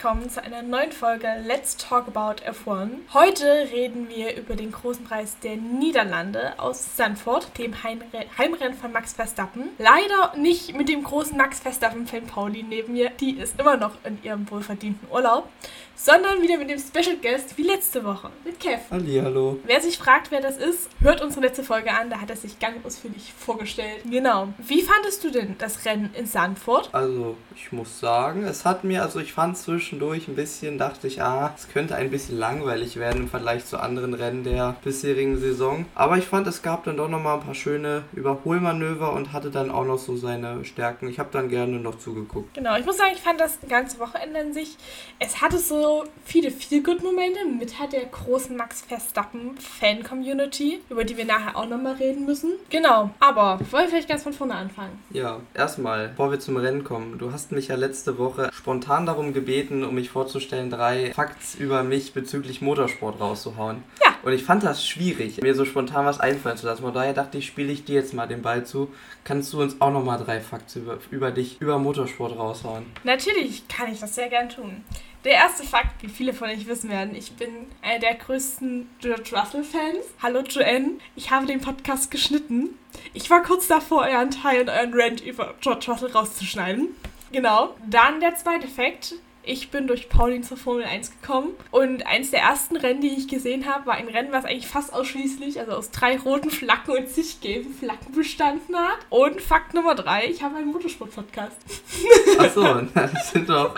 willkommen zu einer neuen Folge Let's Talk About F1. Heute reden wir über den großen Preis der Niederlande aus Zandvoort, dem Heimrennen von Max Verstappen. Leider nicht mit dem großen Max Verstappen-Fan Pauli neben mir, die ist immer noch in ihrem wohlverdienten Urlaub, sondern wieder mit dem Special Guest wie letzte Woche, mit Kev. Hallihallo. Wer sich fragt, wer das ist, hört unsere letzte Folge an, da hat er sich ganz ausführlich vorgestellt. Genau. Wie fandest du denn das Rennen in Zandvoort? Also, ich muss sagen, ich fand zwischendurch ein bisschen, dachte ich, es könnte ein bisschen langweilig werden im Vergleich zu anderen Rennen der bisherigen Saison. Aber ich fand, es gab dann doch nochmal ein paar schöne Überholmanöver und hatte dann auch noch so seine Stärken. Ich habe dann gerne noch zugeguckt. Genau, ich muss sagen, ich fand das ganze Wochenende an sich, es hatte so viele Feel-Good-Momente mit halt der großen Max Verstappen-Fan-Community, über die wir nachher auch nochmal reden müssen. Genau, aber wollen wir vielleicht ganz von vorne anfangen? Ja, erstmal, bevor wir zum Rennen kommen, du hast mich ja letzte Woche spontan darum gebeten, um mich vorzustellen, 3 Facts über mich bezüglich Motorsport rauszuhauen. Ja. Und ich fand das schwierig, mir so spontan was einfallen zu lassen. Von daher dachte ich, spiele ich dir jetzt mal den Ball zu. Kannst du uns auch nochmal 3 Facts über dich, über Motorsport raushauen? Natürlich kann ich das sehr gern tun. Der erste Fakt, wie viele von euch wissen werden, ich bin einer der größten George Russell-Fans. Hallo Joanne, ich habe den Podcast geschnitten. Ich war kurz davor, euren Teil und euren Rant über George Russell rauszuschneiden. Genau. Dann der zweite Fakt. Ich bin durch Pauline zur Formel 1 gekommen und eins der ersten Rennen, die ich gesehen habe, war ein Rennen, was eigentlich fast ausschließlich, also aus 3 roten Flaggen und zig gelben Flaggen bestanden hat. Und Fakt Nummer 3, ich habe einen Motorsport-Podcast. Achso, das sind doch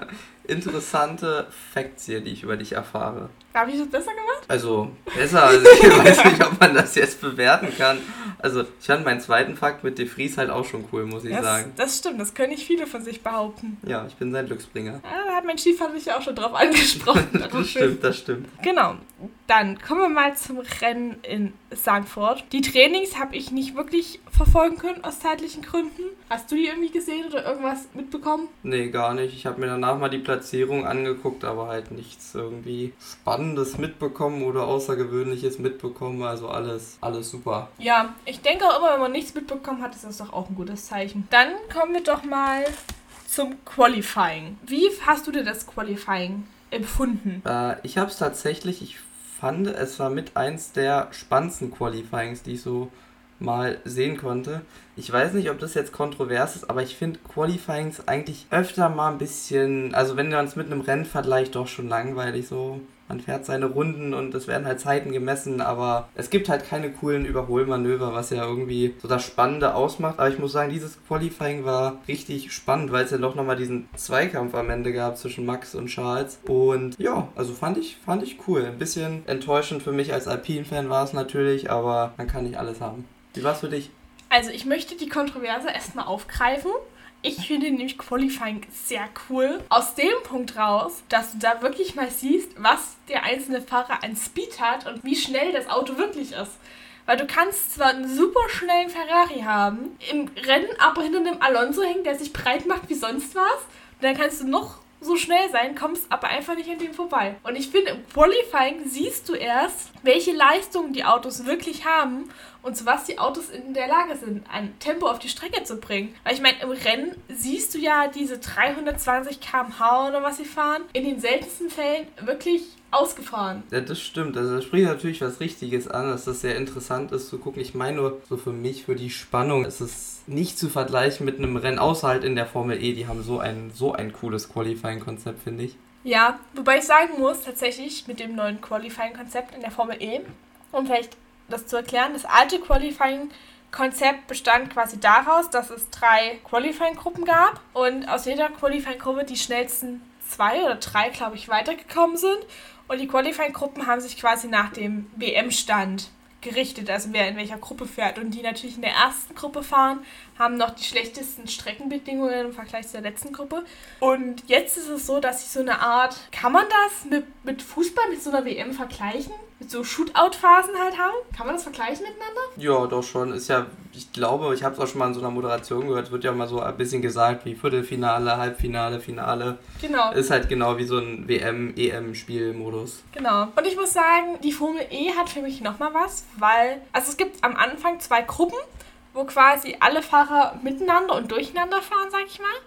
interessante Facts hier, die ich über dich erfahre. Habe ich das besser gemacht? Also, besser. Also ich weiß nicht, ob man das jetzt bewerten kann. Also, ich fand meinen zweiten Fakt mit De Vries halt auch schon cool, muss ich sagen. Das stimmt, das können nicht viele von sich behaupten. Ja, ich bin sein Glücksbringer. Ja, da hat mein Stiefvater mich ja auch schon drauf angesprochen. Das stimmt. Genau. Dann kommen wir mal zum Rennen in Zandvoort. Die Trainings habe ich nicht wirklich verfolgen können, aus zeitlichen Gründen. Hast du die irgendwie gesehen oder irgendwas mitbekommen? Nee, gar nicht. Ich habe mir danach mal die Platzierung angeguckt, aber halt nichts irgendwie Spannendes mitbekommen oder Außergewöhnliches mitbekommen. Also alles super. Ja, ich denke auch immer, wenn man nichts mitbekommen hat, ist das doch auch ein gutes Zeichen. Dann kommen wir doch mal zum Qualifying. Wie hast du denn das Qualifying empfunden? Ich habe es tatsächlich, ich fand, es war mit eins der spannendsten Qualifyings, die ich so mal sehen konnte. Ich weiß nicht, ob das jetzt kontrovers ist, aber ich finde Qualifyings eigentlich öfter mal ein bisschen, also wenn man es mit einem Rennen vergleicht, doch schon langweilig so. Man fährt seine Runden und es werden halt Zeiten gemessen, aber es gibt halt keine coolen Überholmanöver, was ja irgendwie so das Spannende ausmacht. Aber ich muss sagen, dieses Qualifying war richtig spannend, weil es ja doch nochmal diesen Zweikampf am Ende gab zwischen Max und Charles. Und ja, also fand ich cool. Ein bisschen enttäuschend für mich als Alpine-Fan war es natürlich, aber man kann nicht alles haben. Wie war's für dich? Also ich möchte die Kontroverse erstmal aufgreifen. Ich finde nämlich Qualifying sehr cool. Aus dem Punkt raus, dass du da wirklich mal siehst, was der einzelne Fahrer an Speed hat und wie schnell das Auto wirklich ist. Weil du kannst zwar einen super schnellen Ferrari haben, im Rennen aber hinter einem Alonso hängen, der sich breit macht wie sonst was. Und dann kannst du noch so schnell sein, kommst aber einfach nicht an dem vorbei. Und ich finde, im Qualifying siehst du erst, welche Leistungen die Autos wirklich haben und zu was die Autos in der Lage sind, an Tempo auf die Strecke zu bringen. Weil ich meine, im Rennen siehst du ja diese 320 km/h oder was sie fahren, in den seltensten Fällen wirklich ausgefahren. Ja, das stimmt. Also das spricht natürlich was Richtiges an, dass das sehr interessant ist zu gucken. Ich meine nur, so für mich, für die Spannung, ist es nicht zu vergleichen mit einem Rennen außer halt in der Formel E. Die haben so ein cooles Qualifying-Konzept, finde ich. Ja, wobei ich sagen muss, tatsächlich mit dem neuen Qualifying-Konzept in der Formel E, um vielleicht das zu erklären, das alte Qualifying-Konzept bestand quasi daraus, dass es 3 Qualifying-Gruppen gab und aus jeder Qualifying-Gruppe die schnellsten 2 oder 3, glaube ich, weitergekommen sind. Und die Qualifying-Gruppen haben sich quasi nach dem WM-Stand gerichtet, also wer in welcher Gruppe fährt. Und die natürlich in der ersten Gruppe fahren, haben noch die schlechtesten Streckenbedingungen im Vergleich zur letzten Gruppe. Und jetzt ist es so, dass sie so eine Art, kann man das mit Fußball, mit so einer WM vergleichen? Mit so Shootout-Phasen halt haben? Kann man das vergleichen miteinander? Ja, doch schon. Ist ja, ich glaube, ich habe es auch schon mal in so einer Moderation gehört, es wird ja mal so ein bisschen gesagt, wie Viertelfinale, Halbfinale, Finale. Genau. Ist halt genau wie so ein WM-EM-Spielmodus. Genau. Und ich muss sagen, die Formel E hat für mich nochmal was, weil, also es gibt am Anfang 2 Gruppen, wo quasi alle Fahrer miteinander und durcheinander fahren, sag ich mal.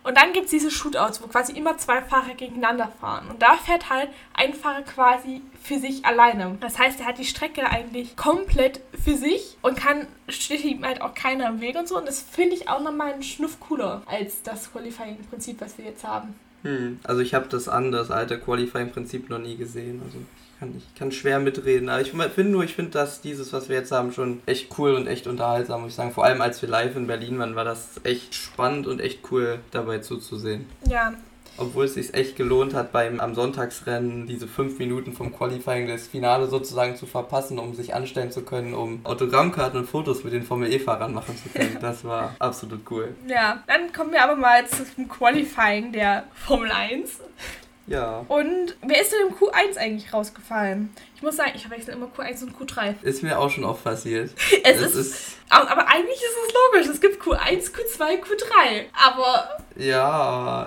Und dann gibt es diese Shootouts, wo quasi immer 2 Fahrer gegeneinander fahren. Und da fährt halt ein Fahrer quasi für sich alleine. Das heißt, er hat die Strecke eigentlich komplett für sich und steht ihm halt auch keiner im Weg und so. Und das finde ich auch nochmal einen Schnuff cooler als das Qualifying-Prinzip, was wir jetzt haben. Also ich habe das alte Qualifying-Prinzip noch nie gesehen. Also ich kann schwer mitreden. Aber ich finde, dass dieses, was wir jetzt haben, schon echt cool und echt unterhaltsam, muss ich sagen. Vor allem, als wir live in Berlin waren, war das echt spannend und echt cool, dabei zuzusehen. Ja. Obwohl es sich echt gelohnt hat, am Sonntagsrennen diese 5 Minuten vom Qualifying das Finale sozusagen zu verpassen, um sich anstellen zu können, um Autogrammkarten und Fotos mit den Formel-E-Fahrern machen zu können. Das war absolut cool. Ja, dann kommen wir aber mal zum Qualifying der Formel 1. Ja. Und wer ist denn im Q1 eigentlich rausgefallen? Ich muss sagen, ich verwechsel immer Q1 und Q3. Ist mir auch schon oft passiert. Aber eigentlich ist es logisch. Es gibt Q1, Q2, Q3. Aber... Ja.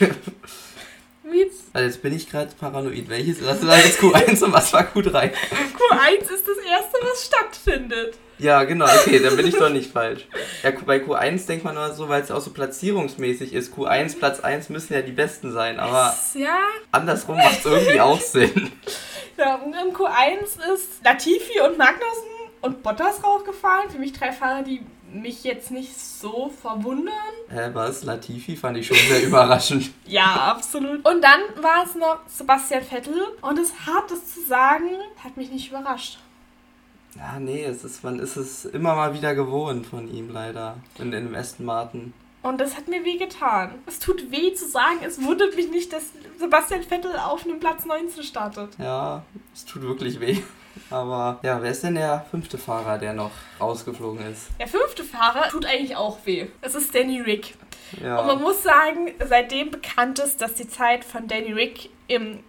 Wie? Also jetzt bin ich gerade paranoid. Was war jetzt Q1 und was war Q3? Q1 ist das erste, was stattfindet. Ja, genau, okay, dann bin ich doch nicht falsch. Ja, bei Q1 denkt man immer so, weil es auch so platzierungsmäßig ist. Q1, Platz 1 müssen ja die Besten sein, aber andersrum macht es irgendwie auch Sinn. Ja, und im Q1 ist Latifi und Magnussen und Bottas rausgefallen. Für mich 3 Fahrer, die mich jetzt nicht so verwundern. Was? Latifi fand ich schon sehr überraschend. Ja, absolut. Und dann war es noch Sebastian Vettel. Und es hart, das zu sagen, hat mich nicht überrascht. Ja, nee, man ist es immer mal wieder gewohnt von ihm, leider. In dem Aston Martin. Und das hat mir weh getan. Es tut weh zu sagen, es wundert mich nicht, dass Sebastian Vettel auf einem Platz 19 startet. Ja, es tut wirklich weh. Aber ja, wer ist denn der 5. Fahrer, der noch rausgeflogen ist? Der 5. Fahrer tut eigentlich auch weh. Es ist Danny Rick. Ja. Und man muss sagen, seitdem bekannt ist, dass die Zeit von Danny Rick im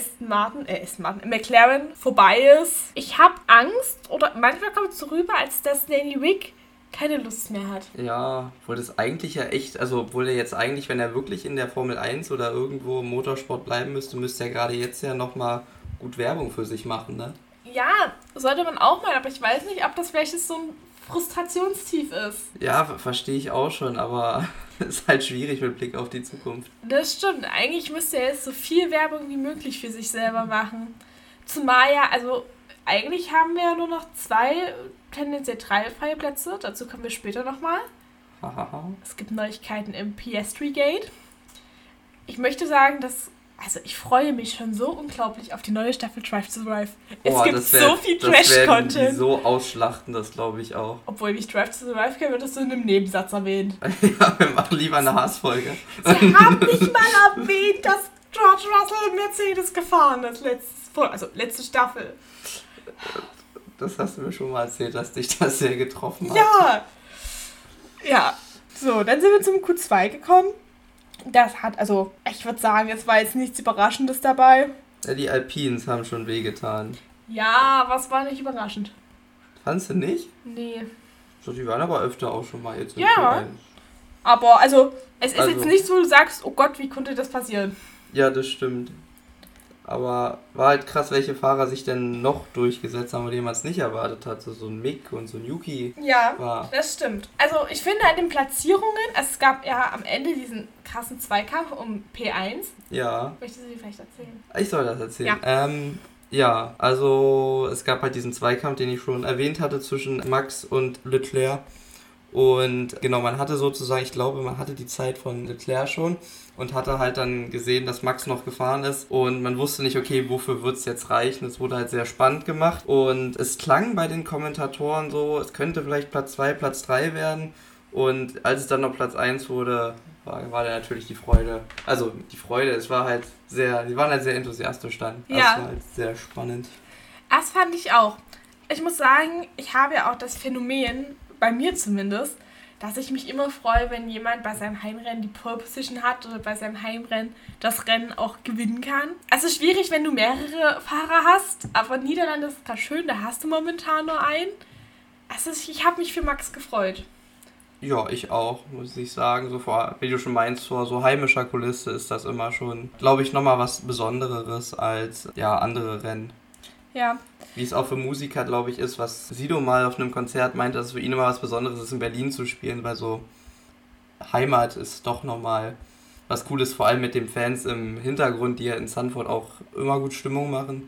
McLaren vorbei ist. Ich habe Angst, oder manchmal kommt es so rüber, als dass Danny Rick keine Lust mehr hat. Ja, obwohl das eigentlich ja echt, obwohl er jetzt eigentlich, wenn er wirklich in der Formel 1 oder irgendwo im Motorsport bleiben müsste er gerade jetzt ja nochmal gut Werbung für sich machen, ne? Ja, sollte man auch mal, aber ich weiß nicht, ob das vielleicht so ein Frustrationstief ist. Ja, verstehe ich auch schon, aber es ist halt schwierig mit Blick auf die Zukunft. Das stimmt. Eigentlich müsste er jetzt so viel Werbung wie möglich für sich selber machen. Zumal ja, eigentlich haben wir ja nur noch 2, tendenziell 3 freie Plätze. Dazu kommen wir später nochmal. Es gibt Neuigkeiten im Piastri Gate. Ich möchte sagen, ich freue mich schon so unglaublich auf die neue Staffel Drive to Survive. Es gibt so viel Trash-Content. Die so ausschlachten, das glaube ich auch. Obwohl, wie ich Drive to Survive kenne, wird das so in einem Nebensatz erwähnt. Ja, wir machen lieber eine Hassfolge. Sie haben nicht mal erwähnt, dass George Russell Mercedes gefahren ist. Letzte Staffel. Das hast du mir schon mal erzählt, dass dich das sehr getroffen hat. Ja. So, dann sind wir zum Q2 gekommen. Ich würde sagen, es war jetzt nichts Überraschendes dabei. Ja, die Alpines haben schon wehgetan. Ja, was war nicht überraschend? Fandst du nicht? Nee. So, die waren aber öfter auch schon mal jetzt. Ja. Aber es ist jetzt nicht so, du sagst, oh Gott, wie konnte das passieren? Ja, das stimmt. Aber war halt krass, welche Fahrer sich denn noch durchgesetzt haben, die man es nicht erwartet hat. So ein Mick und so ein Yuki. Ja, das stimmt. Also ich finde an den Platzierungen, es gab ja am Ende diesen krassen Zweikampf um P1. Ja. Möchtest du dir vielleicht erzählen? Ich soll das erzählen. Ja. Also es gab halt diesen Zweikampf, den ich schon erwähnt hatte, zwischen Max und Leclerc. Und genau, man hatte sozusagen, ich glaube, man hatte die Zeit von Leclerc schon und hatte halt dann gesehen, dass Max noch gefahren ist und man wusste nicht, okay, wofür wird es jetzt reichen. Es wurde halt sehr spannend gemacht und es klang bei den Kommentatoren so, es könnte vielleicht Platz 2, Platz 3 werden und als es dann noch Platz 1 wurde, war da natürlich die Freude. Also die Freude, die waren halt sehr enthusiastisch dann. Ja. Das war halt sehr spannend. Das fand ich auch. Ich muss sagen, ich habe ja auch das Phänomen, bei mir zumindest, dass ich mich immer freue, wenn jemand bei seinem Heimrennen die Pole Position hat oder bei seinem Heimrennen das Rennen auch gewinnen kann. Also schwierig, wenn du mehrere Fahrer hast, aber Niederlande ist gerade schön, da hast du momentan nur einen. Also ich habe mich für Max gefreut. Ja, ich auch, muss ich sagen. Wie du schon meinst, vor so heimischer Kulisse ist das immer schon, glaube ich, nochmal was Besondereres als andere Rennen. Ja. Wie es auch für Musiker, glaube ich, ist, was Sido mal auf einem Konzert meinte, dass es für ihn immer was Besonderes ist, in Berlin zu spielen, weil so Heimat ist doch nochmal was cool ist, vor allem mit den Fans im Hintergrund, die ja in Zandvoort auch immer gut Stimmung machen.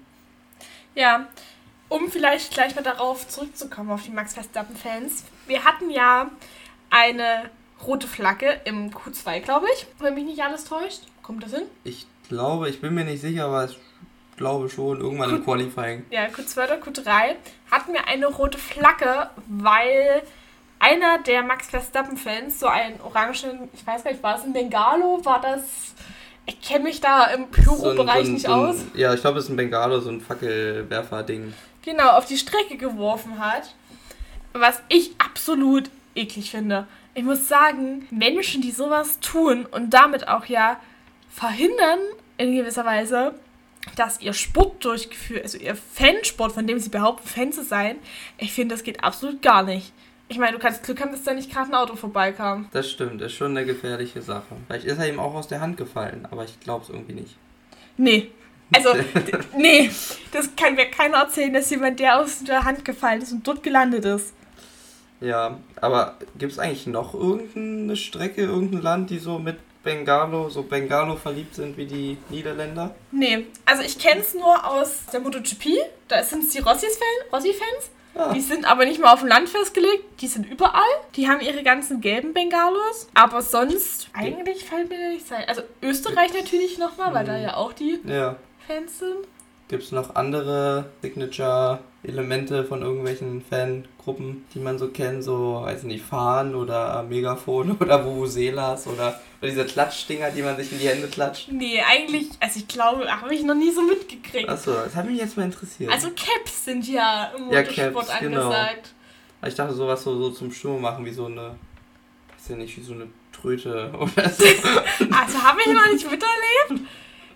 Ja, um vielleicht gleich mal darauf zurückzukommen, auf die Max Verstappen-Fans. Wir hatten ja eine rote Flagge im Q2, glaube ich, wenn mich nicht alles täuscht. Kommt das hin? Ich glaube, ich bin mir nicht sicher, aber ich glaube schon, irgendwann im Qualifying. Ja, Q2 oder Q3 hatten wir eine rote Flagge, weil einer der Max Verstappen-Fans so einen orangen, ich weiß gar nicht, war es ein Bengalo? War das... Ich kenne mich da im Pyro-Bereich nicht aus. Ja, ich glaube, es ist ein Bengalo, so ein Fackelwerfer-Ding. Genau, auf die Strecke geworfen hat. Was ich absolut eklig finde. Ich muss sagen, Menschen, die sowas tun und damit auch ja verhindern, in gewisser Weise, dass ihr Sport durchgeführt, also ihr Fansport, von dem sie behaupten, Fan zu sein, ich finde, das geht absolut gar nicht. Ich meine, du kannst Glück haben, dass da nicht gerade ein Auto vorbeikam. Das stimmt, ist schon eine gefährliche Sache. Vielleicht ist er ihm auch aus der Hand gefallen, aber ich glaube es irgendwie nicht. Nee. Also, nee. Das kann mir keiner erzählen, dass jemand, der aus der Hand gefallen ist und dort gelandet ist. Ja, aber gibt es eigentlich noch irgendeine Strecke, irgendein Land, die so mit Bengalo verliebt sind wie die Niederländer? Nee, also ich kenne es nur aus der MotoGP. Da sind es die Rossi-Fans. Ja. Die sind aber nicht mal auf dem Land festgelegt. Die sind überall. Die haben ihre ganzen gelben Bengalos. Aber sonst, eigentlich fällt mir da nichts ein. Also Österreich natürlich nochmal, weil da ja auch die Fans sind. Gibt es noch andere Signature-Elemente von irgendwelchen Fangruppen, die man so kennt? So, weiß nicht, Fahnen oder Megafon oder Vuvuzelas oder diese Klatschdinger, die man sich in die Hände klatscht? Nee, eigentlich, also ich glaube, habe ich noch nie so mitgekriegt. Achso, das hat mich jetzt mal interessiert. Also Caps sind ja im Motorsport angesagt. Genau. Ich dachte, sowas so zum Stimmung machen, wie so eine, weiß ja nicht, wie so eine Tröte oder so. Also habe ich noch nicht miterlebt.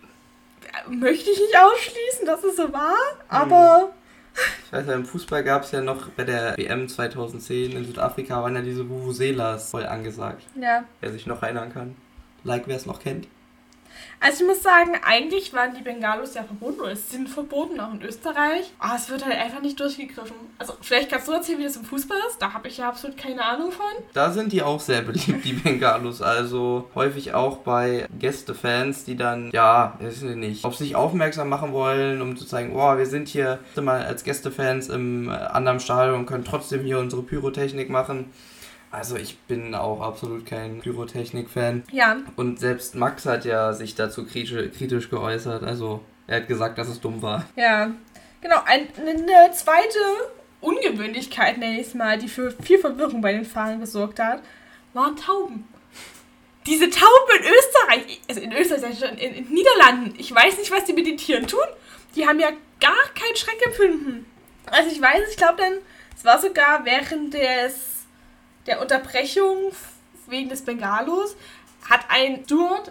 Möchte ich nicht ausschließen, dass es so war, aber... Ich weiß ja, im Fußball gab es ja noch bei der WM 2010 in Südafrika waren ja diese Vuvuzelas voll angesagt. Ja. Wer sich noch erinnern kann. Wer es noch kennt. Also ich muss sagen, eigentlich waren die Bengalos ja verboten, oder es sind verboten, auch in Österreich. Aber es wird halt einfach nicht durchgegriffen. Also vielleicht kannst du erzählen, wie das im Fußball ist. Da habe ich ja absolut keine Ahnung von. Da sind die auch sehr beliebt, die Bengalos. Also häufig auch bei Gästefans, die dann, weiß ich nicht, auf sich aufmerksam machen wollen, um zu zeigen, wir sind hier mal als Gästefans im anderen Stadion und können trotzdem hier unsere Pyrotechnik machen. Also ich bin auch absolut kein Pyrotechnik-Fan. Ja. Und selbst Max hat ja sich dazu kritisch geäußert. Also er hat gesagt, dass es dumm war. Ja, genau. Eine zweite Ungewöhnlichkeit, nenne ich es mal, die für viel Verwirrung bei den Fahrern gesorgt hat, waren Tauben. Diese Tauben in Österreich, also in Österreich, in den Niederlanden, ich weiß nicht, was die mit den Tieren tun. Die haben ja gar kein Schreckempfinden. Also ich weiß, ich glaube dann, es war sogar während der Unterbrechung wegen des Bengalos, hat ein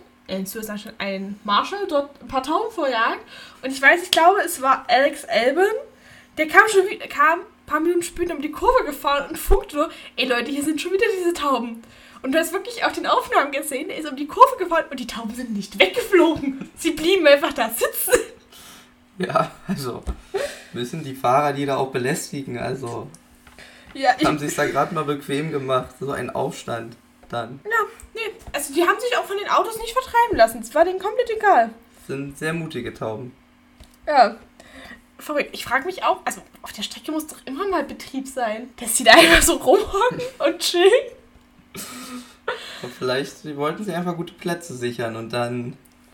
Marshall dort ein paar Tauben vorjagt. Und ich weiß, ich glaube, es war Alex Albon, der kam ein paar Minuten später um die Kurve gefahren und funkte nur, ey Leute, hier sind schon wieder diese Tauben. Und du hast wirklich auf den Aufnahmen gesehen, er ist um die Kurve gefahren und die Tauben sind nicht weggeflogen. Sie blieben einfach da sitzen. Ja, also ein bisschen die Fahrer, die da auch belästigen, also... Ja, haben sich da gerade mal bequem gemacht, so ein Aufstand dann. Ja, nee, also die haben sich auch von den Autos nicht vertreiben lassen, es war denen komplett egal. Sind sehr mutige Tauben. Ja, verrückt. Ich frage mich auch, also auf der Strecke muss doch immer mal Betrieb sein, dass die da einfach so rumhocken und chillen. Und vielleicht wollten sie einfach gute Plätze sichern und dann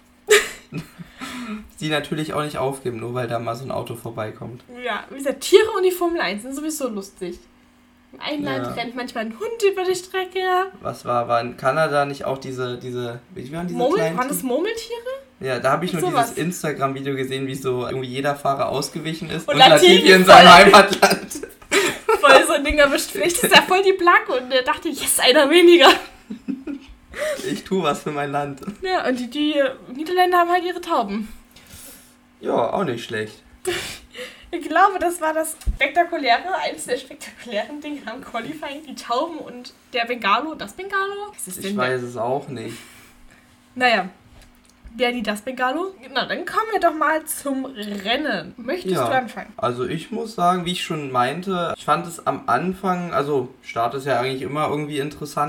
die natürlich auch nicht aufgeben, nur weil da mal so ein Auto vorbeikommt. Ja, wie gesagt, Tiere und die Formel 1 sind sowieso lustig. Im einen Land rennt manchmal ein Hund über die Strecke. War in Kanada nicht auch diese wie waren diese kleinen... Waren das Murmeltiere? Ja, da habe ich nur dieses Instagram-Video gesehen, wie so irgendwie jeder Fahrer ausgewichen ist und Latifi in seinem Heimatland. Voll so ein Ding erwischt. Vielleicht ist ja voll die Plak und der dachte, yes, einer weniger. Ich tue was für mein Land. Ja, und die Niederländer haben halt ihre Tauben. Ja, auch nicht schlecht. Ich glaube, das war eines der spektakulären Dinge am Qualifying, die Tauben und der Bengalo. Das Bengalo? Ich weiß es auch nicht. Naja, das Bengalo. Na, dann kommen wir doch mal zum Rennen. Möchtest du anfangen? Also ich muss sagen, wie ich schon meinte, ich fand es am Anfang, also Start ist ja eigentlich immer irgendwie interessant,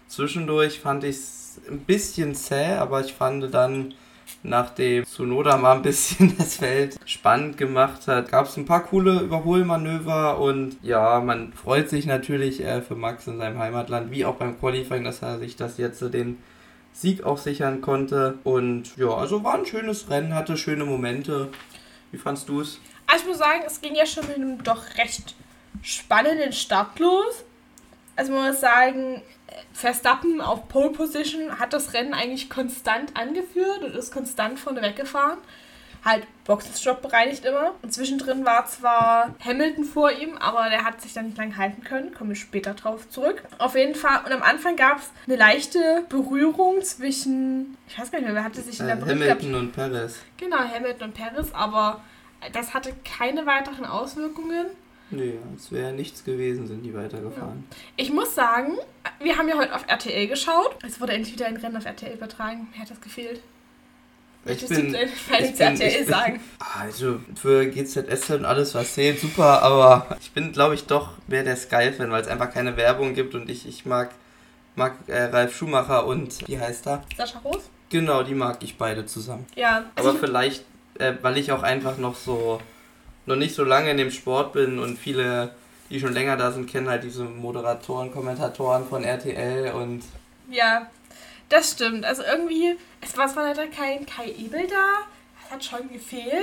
Zwischendurch fand ich es ein bisschen zäh, aber ich fand dann, nachdem Tsunoda mal ein bisschen das Feld spannend gemacht hat, gab es ein paar coole Überholmanöver und ja, man freut sich natürlich für Max in seinem Heimatland, wie auch beim Qualifying, dass er sich das jetzt den Sieg auch sichern konnte. Und ja, also war ein schönes Rennen, hatte schöne Momente. Wie fandst du es? Also ich muss sagen, es ging ja schon mit einem doch recht spannenden Start los. Also man muss sagen, Verstappen auf Pole Position hat das Rennen eigentlich konstant angeführt und ist konstant vorne weggefahren. Halt Boxenstopp bereinigt immer. Und zwischendrin war zwar Hamilton vor ihm, aber der hat sich dann nicht lange halten können. Kommen wir später drauf zurück. Auf jeden Fall. Und am Anfang gab es eine leichte Berührung zwischen, ich weiß gar nicht mehr, wer hatte sich in der Brücke Hamilton und Perez. Genau, Hamilton und Perez, aber das hatte keine weiteren Auswirkungen. Nee, es wäre nichts gewesen, sind die weitergefahren. Ja. Ich muss sagen, wir haben ja heute auf RTL geschaut. Es wurde endlich wieder ein Rennen auf RTL übertragen. Mir hat das gefehlt. Ich bin RTL sagen. Also für GZSZ und alles, was zählt, super, aber ich bin, glaube ich, doch mehr der Sky-Fan, weil es einfach keine Werbung gibt und ich mag Ralf Schumacher und, wie heißt er? Sascha Roos? Genau, die mag ich beide zusammen. Ja. Aber vielleicht, weil ich auch einfach noch nicht so lange in dem Sport bin und viele, die schon länger da sind, kennen halt diese Moderatoren, Kommentatoren von RTL und... Ja, das stimmt. Also irgendwie, es war zwar leider kein Kai Ebel da, das hat schon gefehlt,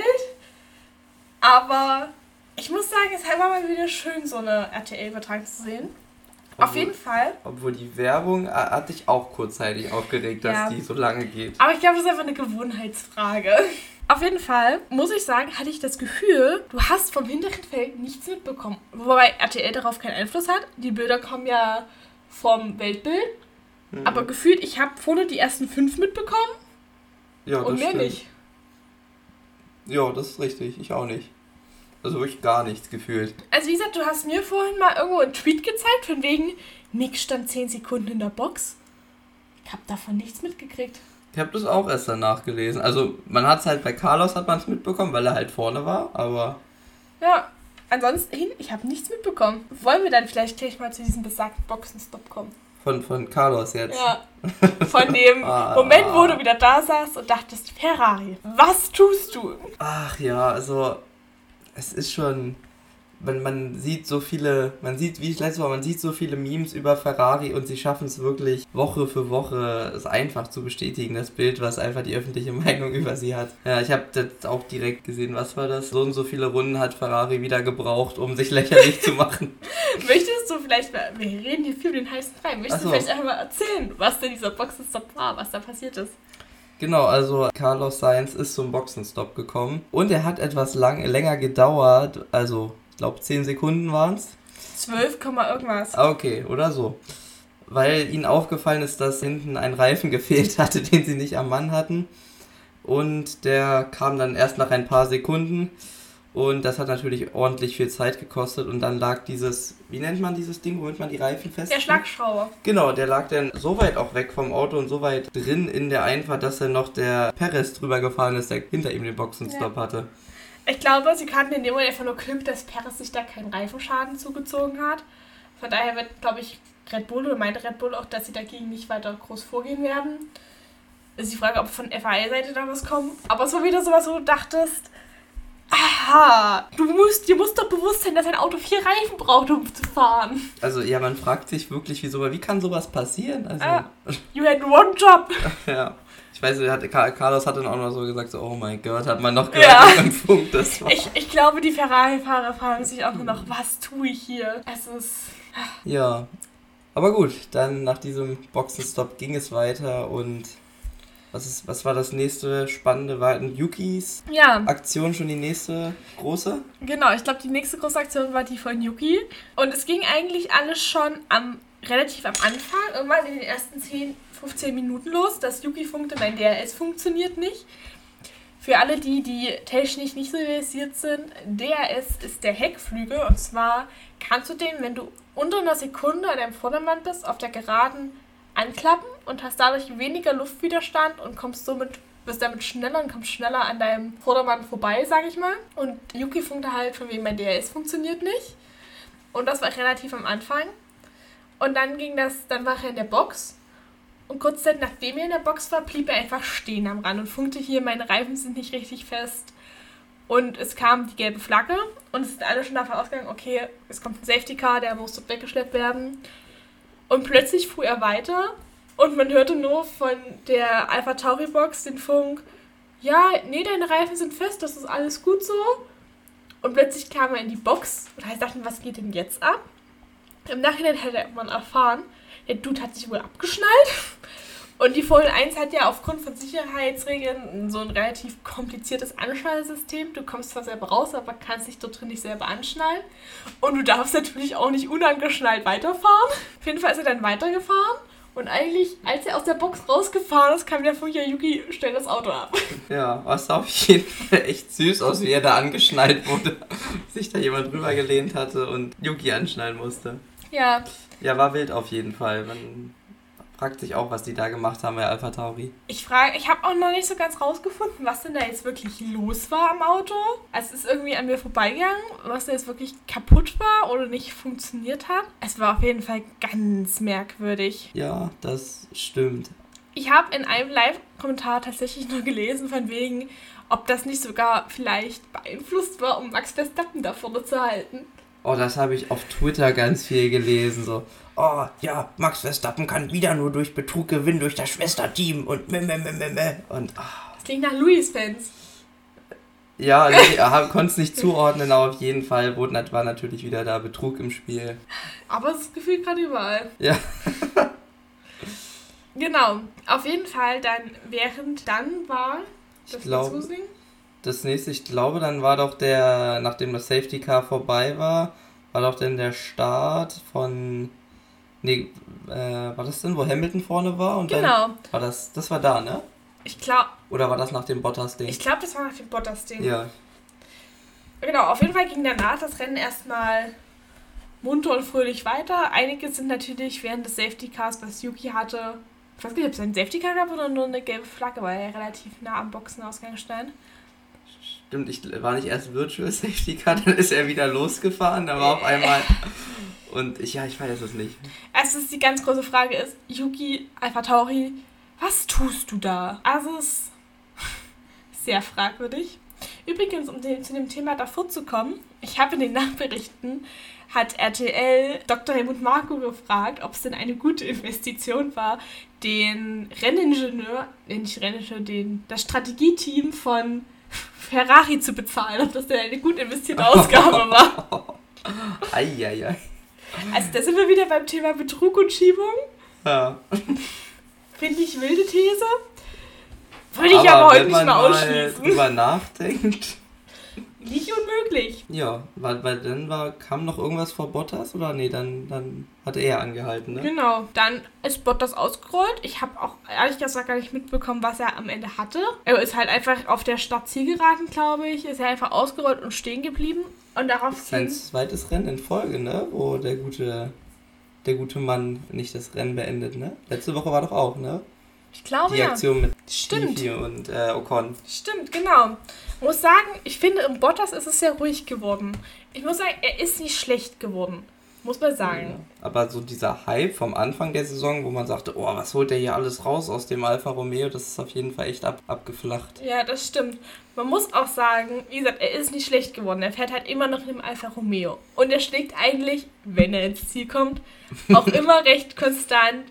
aber ich muss sagen, es war mal wieder schön, so eine RTL-Übertragung zu sehen. Auf jeden Fall. Obwohl die Werbung hat dich auch kurzzeitig aufgeregt, dass die so lange geht. Aber ich glaube, das ist einfach eine Gewohnheitsfrage. Auf jeden Fall, muss ich sagen, hatte ich das Gefühl, du hast vom hinteren Feld nichts mitbekommen. Wobei RTL darauf keinen Einfluss hat. Die Bilder kommen ja vom Weltbild. Mhm. Aber gefühlt, ich habe vorne die ersten 5 mitbekommen. Ja, das und mehr stimmt. nicht. Ja, das ist richtig. Ich auch nicht. Also wirklich gar nichts gefühlt. Also wie gesagt, du hast mir vorhin mal irgendwo einen Tweet gezeigt, von wegen, Mick stand 10 Sekunden in der Box. Ich habe davon nichts mitgekriegt. Ich habe das auch erst danach gelesen. Also man hat es halt bei Carlos hat man es mitbekommen, weil er halt vorne war, aber... Ja, ansonsten, ich habe nichts mitbekommen. Wollen wir dann vielleicht gleich mal zu diesem besagten Boxenstopp kommen? Von Carlos jetzt? Ja, von dem Moment, wo du wieder da saßt und dachtest, Ferrari, was tust du? Ach ja, also es ist schon... Man sieht so viele Memes über Ferrari und sie schaffen es wirklich Woche für Woche, es einfach zu bestätigen, das Bild, was einfach die öffentliche Meinung über sie hat. Ja, ich habe das auch direkt gesehen, was war das? So und so viele Runden hat Ferrari wieder gebraucht, um sich lächerlich zu machen. Möchtest du vielleicht, wir reden hier viel über den heißen Brei, möchtest du vielleicht einfach mal erzählen, was denn dieser Boxenstopp war, was da passiert ist? Genau, also Carlos Sainz ist zum Boxenstopp gekommen und er hat etwas länger gedauert, also ich glaube 10 Sekunden waren es. 12, irgendwas. Okay, oder so. Weil ihnen aufgefallen ist, dass hinten ein Reifen gefehlt hatte, den sie nicht am Mann hatten. Und der kam dann erst nach ein paar Sekunden. Und das hat natürlich ordentlich viel Zeit gekostet. Und dann lag dieses, wie nennt man dieses Ding, womit man die Reifen fest? Der Schlagschrauber. Genau, der lag dann so weit auch weg vom Auto und so weit drin in der Einfahrt, dass dann noch der Perez drüber gefahren ist, der hinter ihm den Boxenstopp hatte. Ich glaube, sie kannten in dem Moment einfach nur Glück, dass Perez sich da keinen Reifenschaden zugezogen hat. Von daher wird, glaube ich, Red Bull oder meinte Red Bull auch, dass sie dagegen nicht weiter groß vorgehen werden. Ist die Frage, ob von FIA-Seite da was kommt. Aber es war wieder sowas, wo du dachtest, aha, dir muss doch bewusst sein, dass ein Auto 4 Reifen braucht, um zu fahren. Also ja, man fragt sich wirklich, wie kann sowas passieren? Also, you had one job. Ja. Ich weiß, Carlos hat dann auch noch so gesagt, so, oh mein Gott, hat man noch gehört im Funk. Das war. Ich glaube, die Ferrari-Fahrer fragen sich auch nur noch, was tue ich hier? Es ist... Ja, aber gut, dann nach diesem Boxenstopp ging es weiter und was war das nächste Spannende? War Yukis Aktion schon die nächste große? Genau, ich glaube, die nächste große Aktion war die von Yuki. Und es ging eigentlich alles schon relativ am Anfang, irgendwann in den ersten 10-15 Minuten los, dass Yuki funkte, mein DRS funktioniert nicht. Für alle, die technisch nicht so versiert sind, DRS ist der Heckflügel und zwar kannst du den, wenn du unter einer Sekunde an deinem Vordermann bist, auf der Geraden anklappen und hast dadurch weniger Luftwiderstand und bist damit schneller und kommst schneller an deinem Vordermann vorbei, sag ich mal. Und Yuki funkte halt, von wem mein DRS funktioniert nicht. Und das war relativ am Anfang. Und dann war er in der Box. Und kurz Zeit nachdem er in der Box war, blieb er einfach stehen am Rand und funkte hier, meine Reifen sind nicht richtig fest. Und es kam die gelbe Flagge und es sind alle schon davon ausgegangen, okay, es kommt ein Safety Car, der muss dort weggeschleppt werden. Und plötzlich fuhr er weiter und man hörte nur von der Alpha Tauri Box den Funk, ja, nee, deine Reifen sind fest, das ist alles gut so. Und plötzlich kam er in die Box und ich dachte, was geht denn jetzt ab? Im Nachhinein hätte man erfahren, der Dude hat sich wohl abgeschnallt. Und die Formel 1 hat ja aufgrund von Sicherheitsregeln so ein relativ kompliziertes Anschnallsystem. Du kommst zwar selber raus, aber kannst dich dort drin nicht selber anschnallen. Und du darfst natürlich auch nicht unangeschnallt weiterfahren. Auf jeden Fall ist er dann weitergefahren. Und eigentlich, als er aus der Box rausgefahren ist, kam der Funker, Yuki, stell das Auto ab. Ja, es sah auf jeden Fall echt süß aus, wie er da angeschnallt wurde. Sich da jemand rübergelehnt hatte und Yuki anschnallen musste. Ja. Ja, war wild auf jeden Fall. Man fragt sich auch, was die da gemacht haben bei Alpha Tauri. Ich habe auch noch nicht so ganz rausgefunden, was denn da jetzt wirklich los war am Auto. Es ist irgendwie an mir vorbeigegangen, was da jetzt wirklich kaputt war oder nicht funktioniert hat. Es war auf jeden Fall ganz merkwürdig. Ja, das stimmt. Ich habe in einem Live-Kommentar tatsächlich nur gelesen, von wegen, ob das nicht sogar vielleicht beeinflusst war, um Max Verstappen da vorne zu halten. Oh, das habe ich auf Twitter ganz viel gelesen, so. Oh, ja, Max Verstappen kann wieder nur durch Betrug gewinnen, durch das Schwesterteam und und Das klingt nach Lewis-Fans. Ja, ich konnte es nicht zuordnen, aber auf jeden Fall war natürlich wieder da Betrug im Spiel. Aber es ist gefühlt gerade überall. Ja. Genau, auf jeden Fall war das nächste, ich glaube, dann war doch nachdem das Safety Car vorbei war doch dann der Start von, war das denn, wo Hamilton vorne war? Und genau. Dann war das war da, ne? Ich glaube. Oder war das nach dem Bottas-Ding? Ich glaube, das war nach dem Bottas-Ding. Ja. Genau, auf jeden Fall ging danach das Rennen erstmal munter und fröhlich weiter. Einige sind natürlich während des Safety Cars, was Yuki hatte, ich weiß nicht, ob es ein Safety Car gab oder nur eine gelbe Flagge, weil er relativ nah am Boxenausgang stand. Stimmt, ich war nicht erst Virtual Safety Car, dann ist er wieder losgefahren, da war auf einmal und ich weiß es nicht. Also die ganz große Frage ist, Yuki, Alpha Tauri, was tust du da? Also es ist sehr fragwürdig. Übrigens, um zu dem Thema davor zu kommen, ich habe in den Nachberichten, hat RTL Dr. Helmut Marko gefragt, ob es denn eine gute Investition war, das Strategieteam von Ferrari zu bezahlen, ob das denn eine gut investierte Ausgabe war. Eieiei. Also da sind wir wieder beim Thema Betrug und Schiebung. Ja. Finde ich wilde These. Würde ich aber heute nicht mehr ausschließen. Wenn man drüber nachdenkt. Nicht unmöglich. Ja, weil dann kam noch irgendwas vor Bottas oder nee, dann hat er angehalten, ne? Genau, dann ist Bottas ausgerollt. Ich habe auch ehrlich gesagt gar nicht mitbekommen, was er am Ende hatte. Er ist halt einfach auf der Start-Zielgeraden, glaube ich, ist er einfach ausgerollt und stehen geblieben. Und darauf sein zweites Rennen in Folge, ne? Wo der gute Mann nicht das Rennen beendet, ne? Letzte Woche war doch auch, ne? Ich glaube, die Aktion mit Stimmt. Latifi und Ocon. Stimmt, genau. Ich muss sagen, ich finde, im Bottas ist es sehr ruhig geworden. Ich muss sagen, er ist nicht schlecht geworden. Muss man sagen. Ja, aber so dieser Hype vom Anfang der Saison, wo man sagte, oh, was holt der hier alles raus aus dem Alfa Romeo, das ist auf jeden Fall echt abgeflacht. Ja, das stimmt. Man muss auch sagen, wie gesagt, er ist nicht schlecht geworden. Er fährt halt immer noch in dem Alfa Romeo. Und er schlägt eigentlich, wenn er ins Ziel kommt, auch immer recht konstant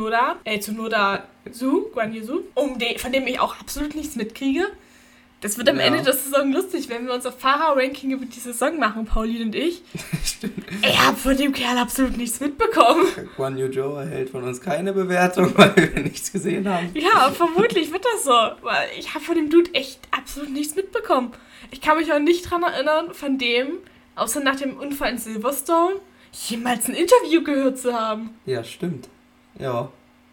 Guan Yu Zhou, von dem ich auch absolut nichts mitkriege. Das wird am Ende der Saison lustig, wenn wir unser Fahrerranking über die Saison machen, Pauline und ich. Stimmt. Ich habe von dem Kerl absolut nichts mitbekommen. Guan Yu Zhou erhält von uns keine Bewertung, weil wir nichts gesehen haben. Ja, vermutlich wird das so. Weil ich habe von dem Dude echt absolut nichts mitbekommen. Ich kann mich auch nicht dran erinnern, von dem, außer nach dem Unfall in Silverstone, jemals ein Interview gehört zu haben. Ja, stimmt. Ja.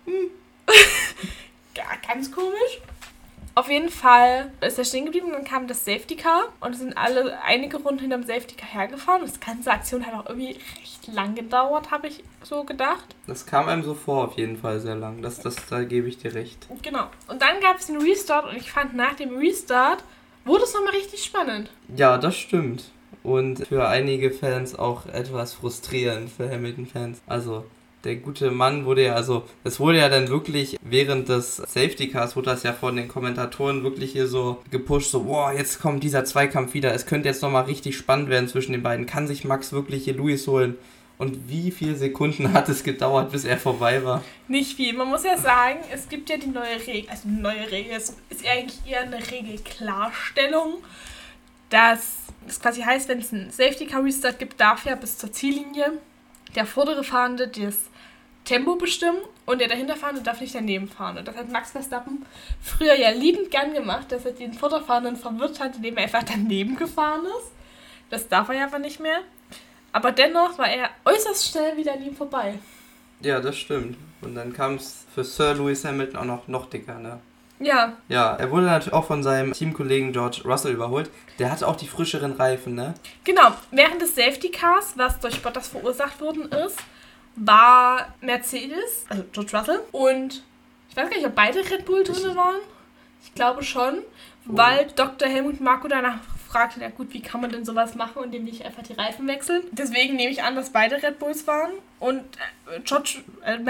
Ganz komisch. Auf jeden Fall ist er stehen geblieben und dann kam das Safety Car und es sind einige Runden hinterm Safety Car hergefahren und die ganze Aktion hat auch irgendwie recht lang gedauert, habe ich so gedacht. Das kam einem so vor, auf jeden Fall sehr lang. Da gebe ich dir recht. Genau. Und dann gab es den Restart und ich fand, nach dem Restart wurde es nochmal richtig spannend. Ja, das stimmt. Und für einige Fans auch etwas frustrierend, für Hamilton-Fans. Also, der gute Mann wurde ja, also es wurde ja dann wirklich während des Safety Cars, wurde das ja von den Kommentatoren wirklich hier so gepusht, so, boah, jetzt kommt dieser Zweikampf wieder, es könnte jetzt nochmal richtig spannend werden zwischen den beiden, kann sich Max wirklich hier Lewis holen? Und wie viele Sekunden hat es gedauert, bis er vorbei war? Nicht viel. Man muss ja sagen, es gibt ja die neue Regel. Also eine neue Regel, es ist eigentlich eher eine Regelklarstellung, dass das quasi heißt, wenn es einen Safety Car Restart gibt, darf ja bis zur Ziellinie der vordere Fahrende das Tempo bestimmen und der dahinter Fahrende darf nicht daneben fahren. Und das hat Max Verstappen früher ja liebend gern gemacht, dass er den Vorderfahrenden verwirrt hat, indem er einfach daneben gefahren ist. Das darf er ja aber nicht mehr. Aber dennoch war er äußerst schnell wieder an ihm vorbei. Ja, das stimmt. Und dann kam es für Sir Lewis Hamilton auch noch dicker, ne? Ja. Ja, er wurde natürlich auch von seinem Teamkollegen George Russell überholt. Der hatte auch die frischeren Reifen, ne? Genau. Während des Safety Cars, was durch Bottas verursacht worden ist, war Mercedes, also George Russell, und ich weiß gar nicht, ob beide Red Bull drin waren. Ich glaube schon, weil Dr. Helmut Marko danach fragte, ja gut, wie kann man denn sowas machen und dem nicht einfach die Reifen wechseln? Deswegen nehme ich an, dass beide Red Bulls waren. Und Charles.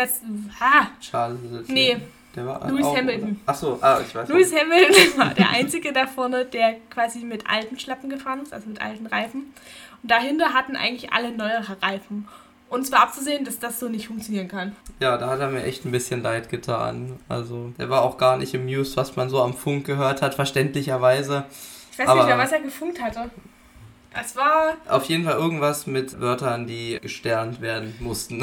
Nee. Der war Lewis auch, Hamilton. Achso, ich weiß. Lewis Hamilton war der Einzige da vorne, der quasi mit alten Schlappen gefahren ist, also mit alten Reifen. Und dahinter hatten eigentlich alle neuere Reifen. Und es war abzusehen, dass das so nicht funktionieren kann. Ja, da hat er mir echt ein bisschen leid getan. Also, der war auch gar nicht amused, was man so am Funk gehört hat, verständlicherweise. Ich weiß nicht mehr, was er gefunkt hatte. Es war... Auf jeden Fall irgendwas mit Wörtern, die gesternt werden mussten.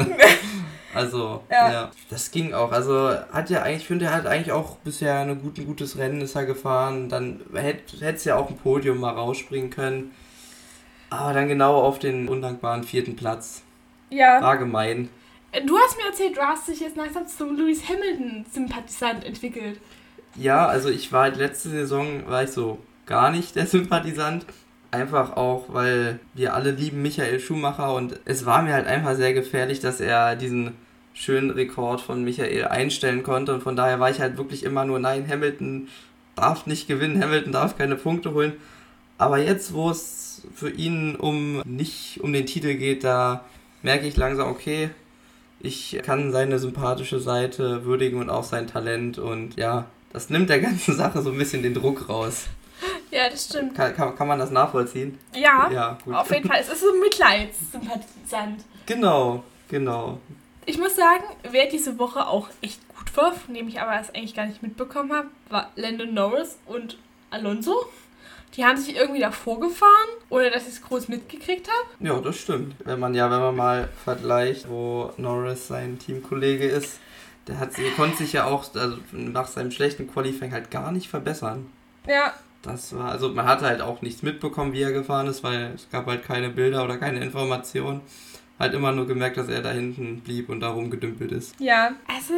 Also, ja. Das ging auch. Also, hat ja eigentlich, ich finde, er hat eigentlich auch bisher ein gutes Rennen ist er gefahren. Dann hätte es ja auch ein Podium mal rausspringen können. Aber dann genau auf den undankbaren 4. Platz. Ja. War gemein. Du hast mir erzählt, du hast dich jetzt langsam zum Lewis Hamilton-Sympathisant entwickelt. Ja, also ich war letzte Saison, war ich so gar nicht der Sympathisant. Einfach auch, weil wir alle lieben Michael Schumacher und es war mir halt einfach sehr gefährlich, dass er diesen schönen Rekord von Michael einstellen konnte und von daher war ich halt wirklich immer nur, nein, Hamilton darf nicht gewinnen, Hamilton darf keine Punkte holen. Aber jetzt, wo es für ihn nicht um den Titel geht, da merke ich langsam, okay, ich kann seine sympathische Seite würdigen und auch sein Talent und ja, das nimmt der ganzen Sache so ein bisschen den Druck raus. Ja, das stimmt. Kann man das nachvollziehen? Ja, gut. Auf jeden Fall. Es ist so ein Mitleidssympathisant. Genau. Ich muss sagen, wer diese Woche auch echt gut war, von dem ich aber das eigentlich gar nicht mitbekommen habe, war Lando Norris und Alonso. Die haben sich irgendwie davor gefahren, ohne dass ich es groß mitgekriegt habe. Ja, das stimmt. Wenn man mal vergleicht, wo Norris sein Teamkollege ist, der konnte sich ja auch nach seinem schlechten Qualifying halt gar nicht verbessern. Ja. Also man hatte halt auch nichts mitbekommen, wie er gefahren ist, weil es gab halt keine Bilder oder keine Informationen. Halt immer nur gemerkt, dass er da hinten blieb und da rumgedümpelt ist. Ja,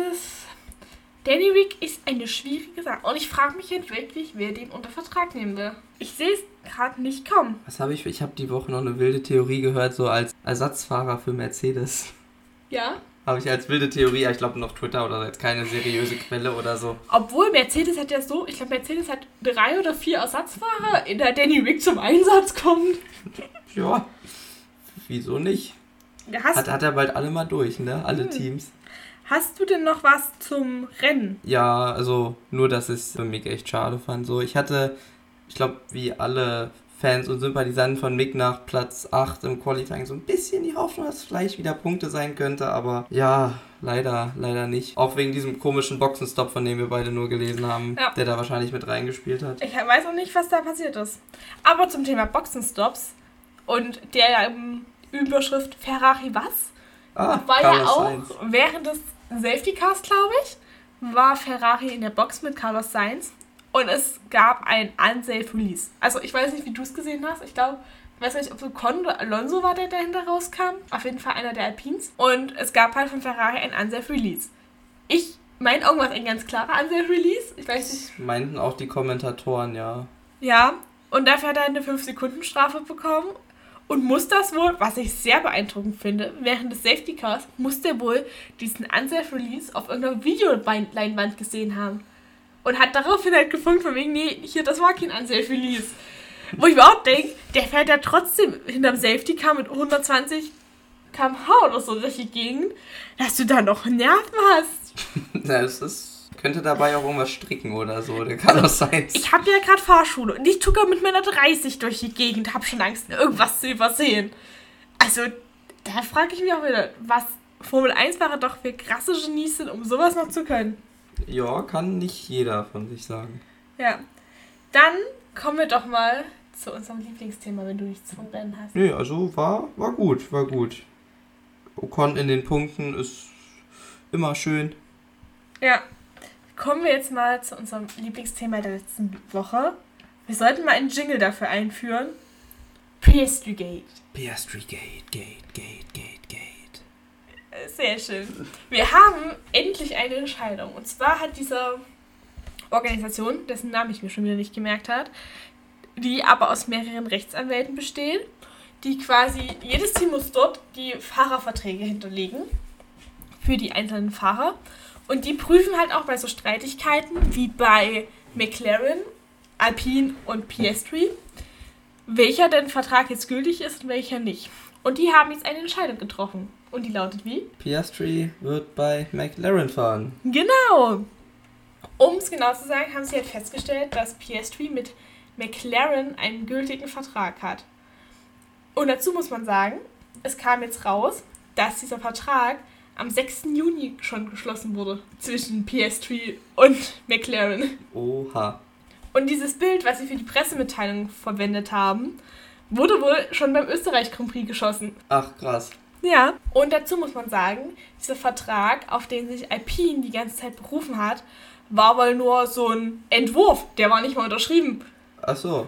Danny Ric ist eine schwierige Sache. Und ich frage mich jetzt wirklich, wer den unter Vertrag nehmen will. Ich sehe es gerade nicht kommen. Was habe ich? Ich habe die Woche noch eine wilde Theorie gehört, so als Ersatzfahrer für Mercedes. Ja? Habe ich als wilde Theorie, ich glaube noch Twitter oder jetzt keine seriöse Quelle oder so. Obwohl Mercedes hat ja so, ich glaube Mercedes hat 3 oder 4 Ersatzfahrer, in der Danny Ric zum Einsatz kommt. Ja, wieso nicht? Hat er bald alle mal durch, ne? Alle Teams. Hast du denn noch was zum Rennen? Ja, also nur, dass ich es für Mick echt schade fand. So, ich glaube, wie alle Fans und Sympathisanten von Mick nach Platz 8 im Qualifying so ein bisschen die Hoffnung, dass es vielleicht wieder Punkte sein könnte, aber ja, leider nicht. Auch wegen diesem komischen Boxenstopp, von dem wir beide nur gelesen haben, der da wahrscheinlich mit reingespielt hat. Ich weiß auch nicht, was da passiert ist. Aber zum Thema Boxenstops und der Überschrift Ferrari was? War ja auch Sainz. Während des Safety Cars, glaube ich, war Ferrari in der Box mit Carlos Sainz. Und es gab ein unsafe Release. Also ich weiß nicht, wie du es gesehen hast. Ich weiß nicht, ob es Ocon oder Alonso war, der dahinter rauskam. Auf jeden Fall einer der Alpines. Und es gab halt von Ferrari ein unsafe Release. Ich meine, irgendwas ein ganz klarer unsafe Release. Ich weiß nicht. Meinten auch die Kommentatoren, ja. Ja, und dafür hat er eine 5-Sekunden-Strafe bekommen. Und muss das wohl, was ich sehr beeindruckend finde, während des Safety Cars, muss der wohl diesen unsafe Release auf irgendeiner Videoleinwand gesehen haben. Und hat daraufhin halt gefunkt, von wegen, nee, hier, das war kein unsafe Release. Wo ich mir auch denke, der fährt ja trotzdem hinterm Safety Car mit 120 km/h oder so durch die Gegend, dass du da noch Nerven hast. Na, könnte dabei auch irgendwas stricken oder so, der kann auch sein. Ich habe ja gerade Fahrschule und ich tucker mit meiner 30 durch die Gegend, habe schon Angst, irgendwas zu übersehen. Also, da frage ich mich auch wieder, was Formel-1-Fahrer doch für krasse Genies sind, um sowas noch zu können. Ja, kann nicht jeder von sich sagen. Ja, dann kommen wir doch mal zu unserem Lieblingsthema, wenn du nichts vom Rennen hast. Nee, also war gut. Ocon in den Punkten ist immer schön. Ja, kommen wir jetzt mal zu unserem Lieblingsthema der letzten Woche. Wir sollten mal einen Jingle dafür einführen. Piastri-Gate. Piastri-Gate. Sehr schön. Wir haben endlich eine Entscheidung. Und zwar hat diese Organisation, dessen Namen ich mir schon wieder nicht gemerkt habe, die aber aus mehreren Rechtsanwälten besteht, die quasi, jedes Team muss dort die Fahrerverträge hinterlegen für die einzelnen Fahrer. Und die prüfen halt auch bei so Streitigkeiten wie bei McLaren, Alpine und Piastri, welcher denn Vertrag jetzt gültig ist und welcher nicht. Und die haben jetzt eine Entscheidung getroffen. Und die lautet wie? Piastri wird bei McLaren fahren. Genau! Um es genau zu sagen, haben sie halt festgestellt, dass Piastri mit McLaren einen gültigen Vertrag hat. Und dazu muss man sagen, es kam jetzt raus, dass dieser Vertrag am 6. Juni schon geschlossen wurde zwischen Piastri und McLaren. Oha. Und dieses Bild, was sie für die Pressemitteilung verwendet haben, wurde wohl schon beim Österreich Grand Prix geschossen. Ach, krass. Ja, und dazu muss man sagen, dieser Vertrag, auf den sich Alpine die ganze Zeit berufen hat, war wohl nur so ein Entwurf, der war nicht mal unterschrieben. Ach so.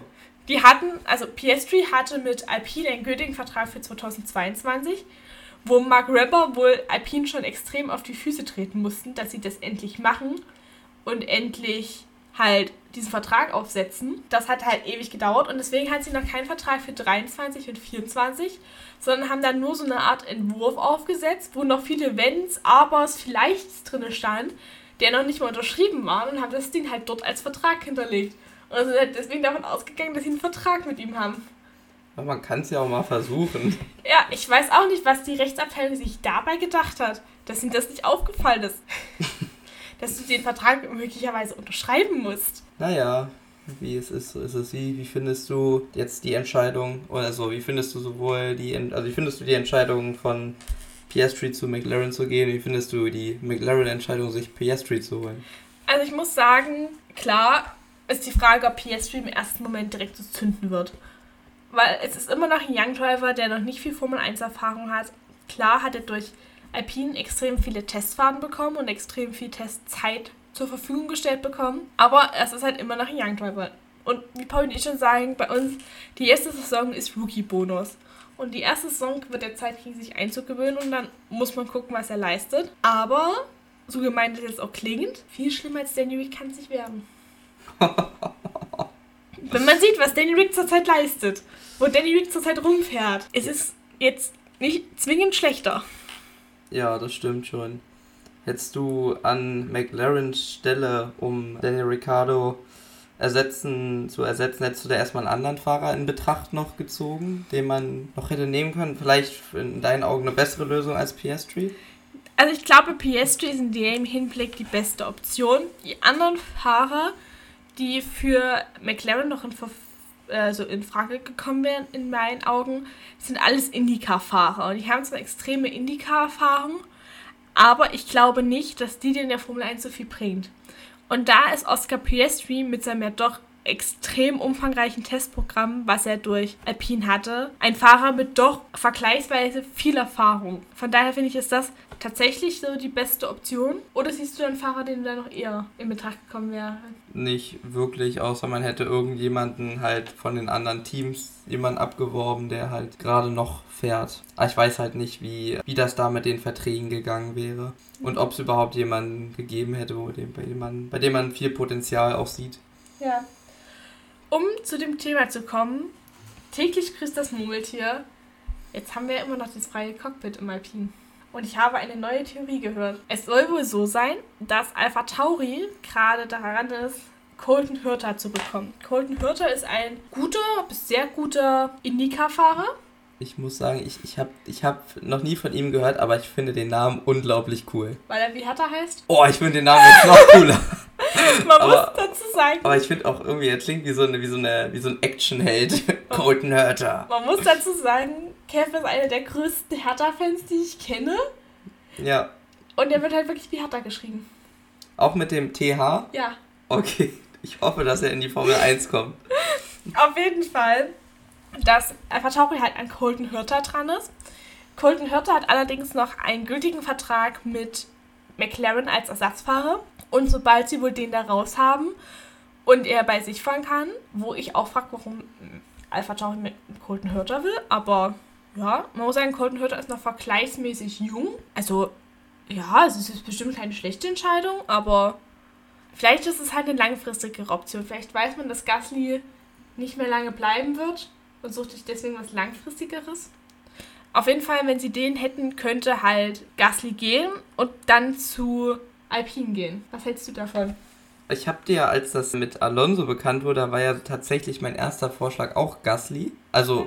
Piastri hatte mit Alpine einen gültigen Vertrag für 2022, wo Mark Webber wohl Alpine schon extrem auf die Füße treten mussten, dass sie das endlich machen und endlich halt diesen Vertrag aufsetzen. Das hat halt ewig gedauert und deswegen hat sie noch keinen Vertrag für 23 und 24, sondern haben dann nur so eine Art Entwurf aufgesetzt, wo noch viele Wenns, Abers, Vielleichts drin stand, der noch nicht mal unterschrieben war, und haben das Ding halt dort als Vertrag hinterlegt. Und sind halt deswegen davon ausgegangen, dass sie einen Vertrag mit ihm haben. Aber man kann es ja auch mal versuchen. Ja, ich weiß auch nicht, was die Rechtsabteilung sich dabei gedacht hat, dass ihnen das nicht aufgefallen ist. Dass du den Vertrag möglicherweise unterschreiben musst. Naja, wie es ist, so ist es. Wie findest du jetzt die Entscheidung, oder so, wie findest du die Entscheidung von Piastri zu McLaren zu gehen, wie findest du die McLaren-Entscheidung, sich Piastri zu holen? Also ich muss sagen, klar ist die Frage, ob Piastri im ersten Moment direkt so zünden wird. Weil es ist immer noch ein Young Driver, der noch nicht viel Formel-1-Erfahrung hat. Klar hat er durch Alpine extrem viele Testfahrten bekommen und extrem viel Testzeit zur Verfügung gestellt bekommen. Aber es ist halt immer noch ein Young Driver. Und wie Paul und ich schon sagen, bei uns, die erste Saison ist Rookie-Bonus. Und die erste Saison wird er Zeit kriegen, sich einzugewöhnen, und dann muss man gucken, was er leistet. Aber, so gemeint es jetzt auch klingt, viel schlimmer als Danny Rick kann es nicht werden. Wenn man sieht, was Danny Rick zurzeit leistet, wo Danny Rick zurzeit rumfährt, es ist jetzt nicht zwingend schlechter. Ja, das stimmt schon. Hättest du an McLarens Stelle, um Daniel Ricciardo hättest du da erstmal einen anderen Fahrer in Betracht noch gezogen, den man noch hätte nehmen können? Vielleicht in deinen Augen eine bessere Lösung als Piastri? Also ich glaube, Piastri ist in dem Hinblick die beste Option. Die anderen Fahrer, die für McLaren noch in Frage gekommen wären, in meinen Augen, sind alles IndyCar-Fahrer. Und die haben zwar extreme IndyCar-Erfahrung, aber ich glaube nicht, dass die in der Formel 1 so viel bringt. Und da ist Oscar Piastri mit seinem ja doch extrem umfangreichen Testprogramm, was er durch Alpine hatte, ein Fahrer mit doch vergleichsweise viel Erfahrung. Von daher finde ich, ist das tatsächlich so die beste Option. Oder siehst du einen Fahrer, den da noch eher in Betracht gekommen wäre? Nicht wirklich, außer man hätte irgendjemanden halt von den anderen Teams jemanden abgeworben, der halt gerade noch fährt. Aber ich weiß halt nicht, wie das da mit den Verträgen gegangen wäre. Und ob es überhaupt jemanden gegeben hätte, bei dem man viel Potenzial auch sieht. Ja. Um zu dem Thema zu kommen, täglich grüßt das Murmeltier. Jetzt haben wir ja immer noch das freie Cockpit im Alpine. Und ich habe eine neue Theorie gehört. Es soll wohl so sein, dass AlphaTauri gerade daran ist, Colton Herta zu bekommen. Colton Herta ist ein guter bis sehr guter IndyCar-Fahrer. Ich muss sagen, ich hab noch nie von ihm gehört, aber ich finde den Namen unglaublich cool. Weil er wie Hertha heißt? Oh, ich finde den Namen jetzt noch cooler. Man muss dazu sagen. Aber ich finde auch irgendwie, er klingt wie so ein Actionheld. Colton Herta. Man muss dazu sagen, Kev ist einer der größten Hertha-Fans, die ich kenne. Ja. Und er wird halt wirklich wie Hertha geschrieben. Auch mit dem TH? Ja. Okay, ich hoffe, dass er in die Formel 1 kommt. Auf jeden Fall, dass AlphaTauri halt an Colton Herta dran ist. Colton Herta hat allerdings noch einen gültigen Vertrag mit McLaren als Ersatzfahrer. Und sobald sie wohl den da raus haben und er bei sich fahren kann, wo ich auch frage, warum AlphaTauri mit Colton Herta will, aber ja, man muss sagen, Colton Herta ist noch vergleichsmäßig jung. Also, ja, es ist bestimmt keine schlechte Entscheidung, aber vielleicht ist es halt eine langfristigere Option. Vielleicht weiß man, dass Gasly nicht mehr lange bleiben wird und sucht sich deswegen was Langfristigeres. Auf jeden Fall, wenn sie den hätten, könnte halt Gasly gehen und dann zu Alpine gehen. Was hältst du davon? Ich habe dir, als das mit Alonso bekannt wurde, war ja tatsächlich mein erster Vorschlag auch Gasly. Also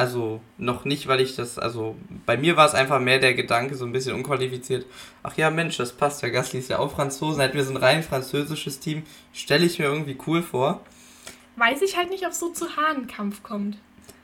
noch nicht, weil ich das, also bei mir war es einfach mehr der Gedanke, so ein bisschen unqualifiziert. Ach ja, Mensch, das passt ja, Gasly ist ja auch Franzose, hätten wir so ein rein französisches Team, stelle ich mir irgendwie cool vor. Weiß ich halt nicht, ob es so zu Hahnenkampf kommt.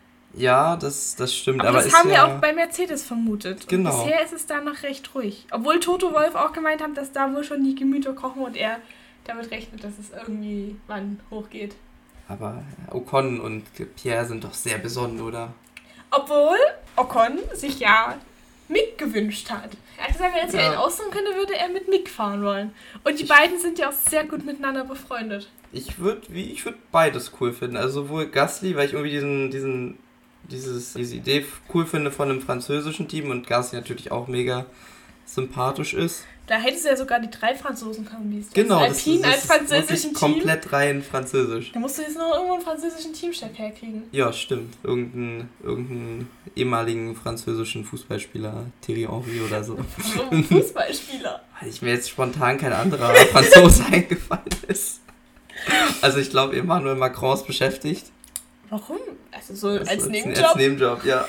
Ja, das stimmt. Aber das haben wir auch bei Mercedes vermutet. Genau. Und bisher ist es da noch recht ruhig. Obwohl Toto Wolff auch gemeint hat, dass da wohl schon die Gemüter kochen und er damit rechnet, dass es irgendwie wann hochgeht. Aber Ocon und Pierre sind doch sehr besonnen, oder? Obwohl Ocon sich ja Mick gewünscht hat. Er hat gesagt, wenn er jetzt einen aussuchen könnte, würde er mit Mick fahren wollen. Und die beiden sind ja auch sehr gut miteinander befreundet. Ich würd beides cool finden. Also sowohl Gasly, weil ich irgendwie diese Idee cool finde von einem französischen Team und Gasly natürlich auch mega sympathisch ist. Da hättest du ja sogar die 3 Franzosen-Kombis. Genau, Alpine als französischen Team. Komplett rein französisch. Da musst du jetzt noch irgendwo einen französischen Teamchef herkriegen. Ja, stimmt. Irgendeinen ehemaligen französischen Fußballspieler, Thierry Henry oder so. Warum Fußballspieler? Weil ich mir jetzt spontan kein anderer Franzose eingefallen ist. Also ich glaube, Emmanuel Macron ist beschäftigt. Warum? Also so als Nebenjob? Als Nebenjob, ja.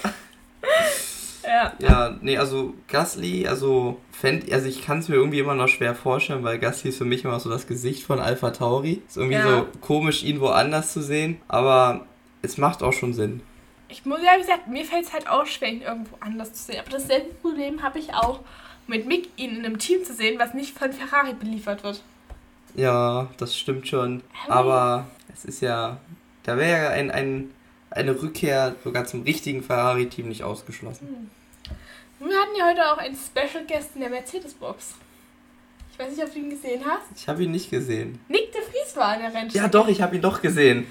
Ja, nee, also Gasly, ich kann es mir irgendwie immer noch schwer vorstellen, weil Gasly ist für mich immer so das Gesicht von AlphaTauri. Ist irgendwie so komisch, ihn woanders zu sehen, aber es macht auch schon Sinn. Ich muss ja, wie gesagt, mir fällt es halt auch schwer, ihn irgendwo anders zu sehen. Aber dasselbe Problem habe ich auch mit Mick, ihn in einem Team zu sehen, was nicht von Ferrari beliefert wird. Ja, das stimmt schon. Aber es ist ja, da wäre ja eine Rückkehr sogar zum richtigen Ferrari-Team nicht ausgeschlossen. Wir hatten ja heute auch einen Special Guest in der Mercedes-Box. Ich weiß nicht, ob du ihn gesehen hast. Ich habe ihn nicht gesehen. Nick de Vries war in der Rennstrecke. Ja doch, ich habe ihn doch gesehen.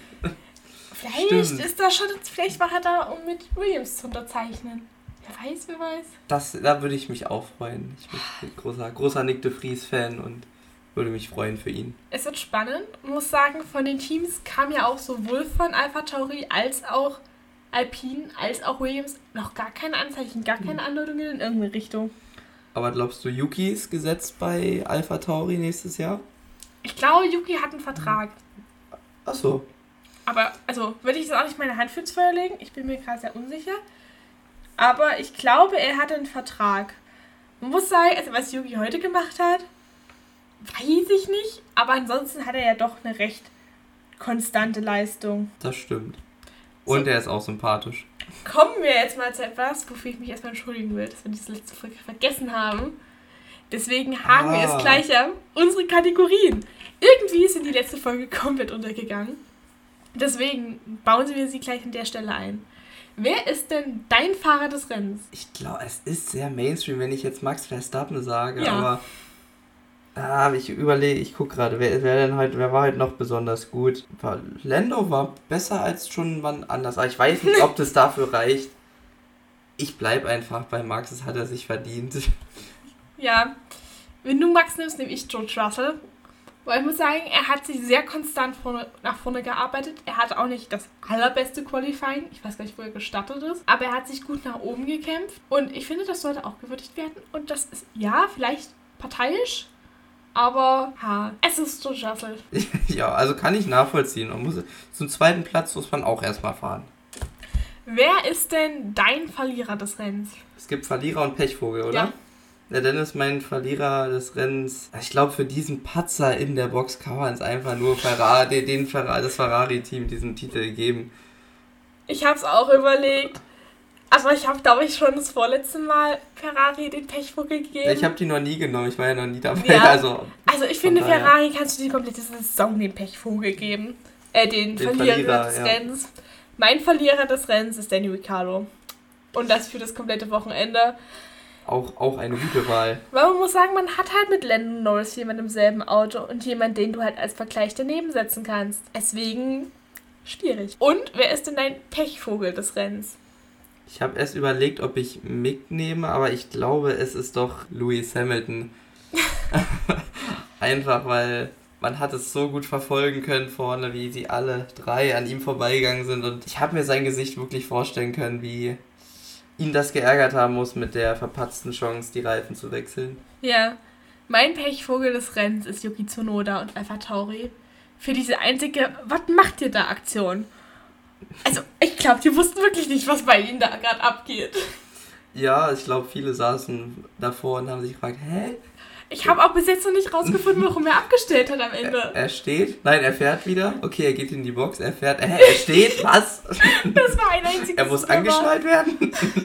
Vielleicht war er da, um mit Williams zu unterzeichnen. Wer weiß. Da würde ich mich auch freuen. Ich bin großer Nick de Vries-Fan und würde mich freuen für ihn. Es wird spannend. Ich muss sagen, von den Teams kam ja auch sowohl von AlphaTauri als auch Alpine, als auch Williams noch gar keine Anzeichen, gar keine Andeutungen in irgendeine Richtung. Aber glaubst du, Yuki ist gesetzt bei AlphaTauri nächstes Jahr? Ich glaube, Yuki hat einen Vertrag. Ach so. Aber, also, würde ich jetzt auch nicht meine Hand für ins Feuer legen. Ich bin mir gerade sehr unsicher. Aber ich glaube, er hat einen Vertrag. Man muss sagen, also was Yuki heute gemacht hat, weiß ich nicht. Aber ansonsten hat er ja doch eine recht konstante Leistung. Das stimmt. Und er ist auch sympathisch. Kommen wir jetzt mal zu etwas, wofür ich mich erstmal entschuldigen will, dass wir diese letzte Folge vergessen haben. Deswegen haken wir es gleich ab. Unsere Kategorien. Irgendwie ist in die letzte Folge komplett untergegangen. Deswegen bauen wir sie gleich an der Stelle ein. Wer ist denn dein Fahrer des Rennens? Ich glaube, es ist sehr Mainstream, wenn ich jetzt Max Verstappen sage, ja. Aber ich gucke gerade, wer war heute noch besonders gut? Lando war besser als schon wann anders, aber ich weiß nicht, ob das dafür reicht. Ich bleibe einfach bei Max, das hat er sich verdient. Ja, wenn du Max nimmst, nehme ich George Russell. Weil ich muss sagen, er hat sich sehr konstant nach vorne gearbeitet. Er hatte auch nicht das allerbeste Qualifying. Ich weiß gar nicht, wo er gestartet ist. Aber er hat sich gut nach oben gekämpft. Und ich finde, das sollte auch gewürdigt werden. Und das ist, ja, vielleicht parteiisch. Aber, es ist George Russell. Ja, also kann ich nachvollziehen. So einen zweiten Platz muss man auch erstmal fahren. Wer ist denn dein Verlierer des Rennens? Es gibt Verlierer und Pechvogel, oder? Ja. Ja, dann ist mein Verlierer des Rennens. Ich glaube, für diesen Patzer in der Box kann man es einfach nur das Ferrari-Team diesen Titel geben. Ich habe es auch überlegt. Aber ich habe, glaube ich, schon das vorletzte Mal Ferrari den Pechvogel gegeben. Ich habe die noch nie genommen, ich war ja noch nie dabei. Ja. Also ich finde, Ferrari kannst du die komplette Saison den Pechvogel geben. Den Verlierer des Rennens. Mein Verlierer des Rennens ist Danny Ricciardo. Und das für das komplette Wochenende. Auch eine gute Wahl. Weil man muss sagen, man hat halt mit Lando Norris jemanden im selben Auto und jemanden, den du halt als Vergleich daneben setzen kannst. Deswegen schwierig. Und wer ist denn dein Pechvogel des Rennens? Ich habe erst überlegt, ob ich Mick nehme, aber ich glaube, es ist doch Lewis Hamilton. Einfach, weil man hat es so gut verfolgen können vorne, wie sie alle drei an ihm vorbeigegangen sind. Und ich habe mir sein Gesicht wirklich vorstellen können, wie ihn das geärgert haben muss mit der verpatzten Chance, die Reifen zu wechseln. Ja, mein Pechvogel des Rennens ist Yuki Tsunoda und AlphaTauri. Für diese einzige "Was macht ihr da" Aktion. Also, ich glaube, die wussten wirklich nicht, was bei ihnen da gerade abgeht. Ja, ich glaube, viele saßen davor und haben sich gefragt, hä? Ich habe auch bis jetzt noch nicht rausgefunden, warum er abgestellt hat am Ende. Er steht? Nein, er fährt wieder. Okay, er geht in die Box, er fährt. Er steht? Was? Das war ein einziges Er muss angeschnallt werden?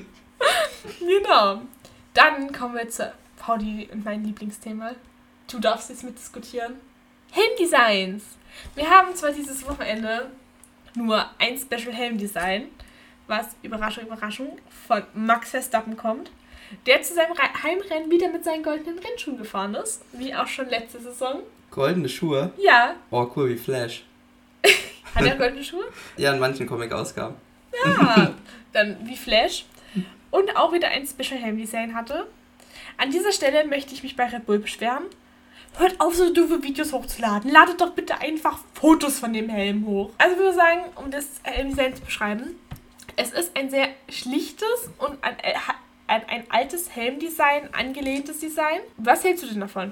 Genau. Dann kommen wir zu Pauli und mein Lieblingsthema. Du darfst jetzt mitdiskutieren. Helmdesigns. Wir haben zwar dieses Wochenende nur ein Special Helmdesign, was, Überraschung, Überraschung, von Max Verstappen kommt, der zu seinem Heimrennen wieder mit seinen goldenen Rennschuhen gefahren ist, wie auch schon letzte Saison. Goldene Schuhe? Ja. Oh, cool, wie Flash. Hat er goldene Schuhe? Ja, in manchen Comic-Ausgaben. Ja, dann wie Flash. Und auch wieder ein Special Helm-Design hatte. An dieser Stelle möchte ich mich bei Red Bull beschweren. Hört auf, so doofe Videos hochzuladen. Ladet doch bitte einfach Fotos von dem Helm hoch. Also ich würde sagen, um das Helmdesign zu beschreiben, es ist ein sehr schlichtes und ein altes Helmdesign, angelehntes Design. Was hältst du denn davon?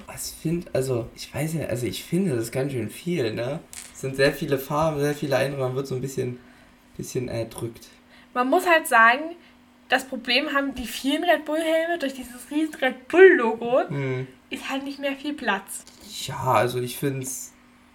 Ich finde, das ist ganz schön viel, ne? Es sind sehr viele Farben, sehr viele Eindrücke, man wird so ein bisschen erdrückt. Man muss halt sagen, das Problem haben die vielen Red Bull-Helme durch dieses riesen Red Bull-Logo, ist halt nicht mehr viel Platz. Ja, also ich find's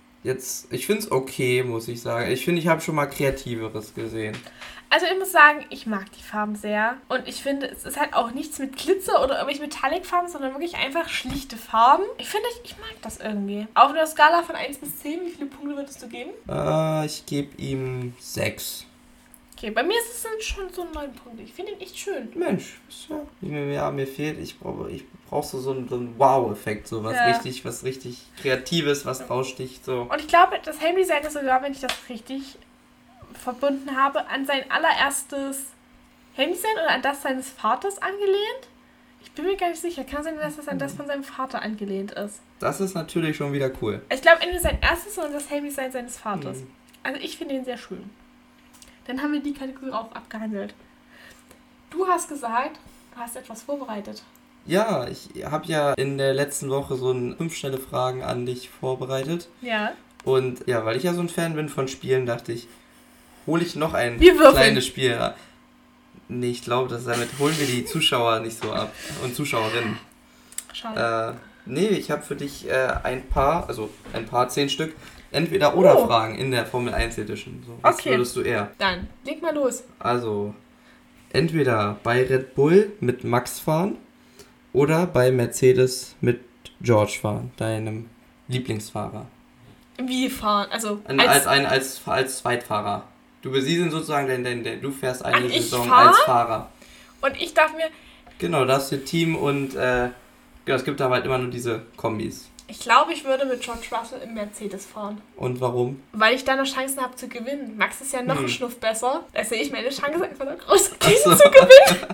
okay, muss ich sagen. Ich finde, ich habe schon mal Kreativeres gesehen. Also ich muss sagen, ich mag die Farben sehr. Und ich finde, es ist halt auch nichts mit Glitzer oder irgendwelchen Metallic-Farben, sondern wirklich einfach schlichte Farben. Ich finde, ich mag das irgendwie. Auf einer Skala von 1 bis 10, wie viele Punkte würdest du geben? Ich gebe ihm 6. Okay, bei mir ist es dann schon so 9 Punkte. Ich finde ihn echt schön. Mensch, ja, mir fehlt, ich brauche so einen Wow-Effekt, so was richtig Kreatives, was raussticht, so. Und ich glaube, das Helmdesign ist sogar, wenn ich das richtig verbunden habe, an sein allererstes Helmdesign oder an das seines Vaters angelehnt. Ich bin mir gar nicht sicher. Kann sein, dass das an das von seinem Vater angelehnt ist. Das ist natürlich schon wieder cool. Ich glaube, entweder sein erstes oder das Helmdesign seines Vaters. Also ich finde ihn sehr schön. Dann haben wir die Kategorie auch abgehandelt. Du hast gesagt, du hast etwas vorbereitet. Ja, ich habe ja in der letzten Woche so 5 schnelle Fragen an dich vorbereitet. Ja. Und ja, weil ich ja so ein Fan bin von Spielen, dachte ich, hole ich noch ein Wir kleines Spiel. Nee, ich glaube, damit holen wir die Zuschauer nicht so ab und Zuschauerinnen. Schade. Ich habe für dich ein paar 10 Stück, Entweder-oder-Fragen in der Formel 1 Edition. So, was würdest du eher? Dann, leg mal los. Also, entweder bei Red Bull mit Max fahren oder bei Mercedes mit George fahren, deinem Lieblingsfahrer. Wie fahren? Also als Zweitfahrer. Sie sind sozusagen, du fährst eine Saison als Fahrer. Und ich darf mir... Genau, da hast du Team und es gibt da halt immer nur diese Kombis. Ich glaube, ich würde mit George Russell im Mercedes fahren. Und warum? Weil ich da noch Chancen habe zu gewinnen. Max ist ja noch ein Schnuff besser. Da sehe ich meine Chance einfach noch größer, diesen zu gewinnen.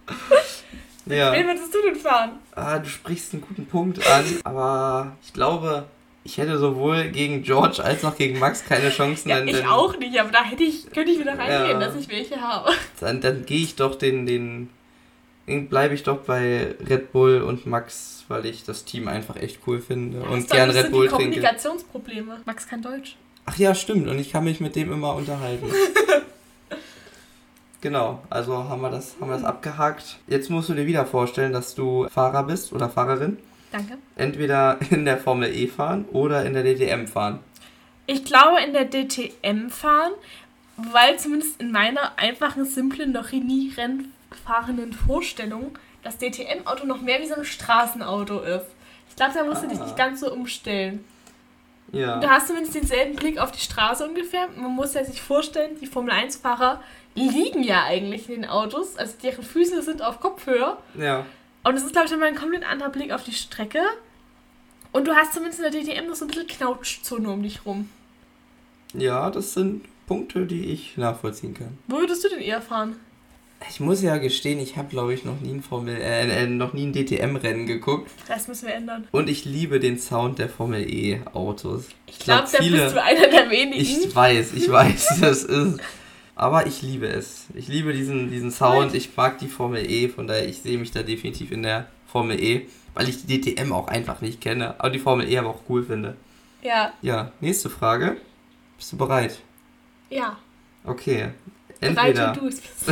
Ja. Wen würdest du denn fahren? Du sprichst einen guten Punkt an, aber ich glaube, ich hätte sowohl gegen George als auch gegen Max keine Chancen. Ja, ich auch nicht, aber da könnte ich wieder reingehen, dass ich welche habe. Dann gehe ich doch bleibe ich doch bei Red Bull und Max, weil ich das Team einfach echt cool finde und gern Red Bull trinke. Kommunikationsprobleme. Max kann Deutsch. Ach ja, stimmt. Und ich kann mich mit dem immer unterhalten. Genau, also haben wir das abgehakt. Jetzt musst du dir wieder vorstellen, dass du Fahrer bist oder Fahrerin. Danke. Entweder in der Formel E fahren oder in der DTM fahren. Ich glaube in der DTM fahren, weil zumindest in meiner einfachen, simplen, noch nie Rennen gefahrenen Vorstellung das DTM-Auto noch mehr wie so ein Straßenauto ist. Ich glaube, da musst du dich nicht ganz so umstellen. Ja. Und du hast zumindest denselben Blick auf die Straße ungefähr. Man muss ja sich vorstellen, die Formel-1-Fahrer liegen ja eigentlich in den Autos, also deren Füße sind auf Kopfhöhe. Ja. Und es ist, glaube ich, immer ein komplett anderer Blick auf die Strecke. Und du hast zumindest in der DTM noch so ein bisschen Knautschzone um dich rum. Ja, das sind Punkte, die ich nachvollziehen kann. Wo würdest du denn eher fahren? Ich muss ja gestehen, ich habe, glaube ich, noch nie ein DTM-Rennen geguckt. Das müssen wir ändern. Und ich liebe den Sound der Formel E-Autos. Ich glaube, da bist du einer der wenigen. Ich weiß, das ist... Aber ich liebe es. Ich liebe diesen Sound. Ich mag die Formel E, von daher ich sehe mich da definitiv in der Formel E, weil ich die DTM auch einfach nicht kenne, aber die Formel E aber auch cool finde. Ja. Ja, nächste Frage. Bist du bereit? Ja. Okay. Bereit, Entweder... wenn du es bist.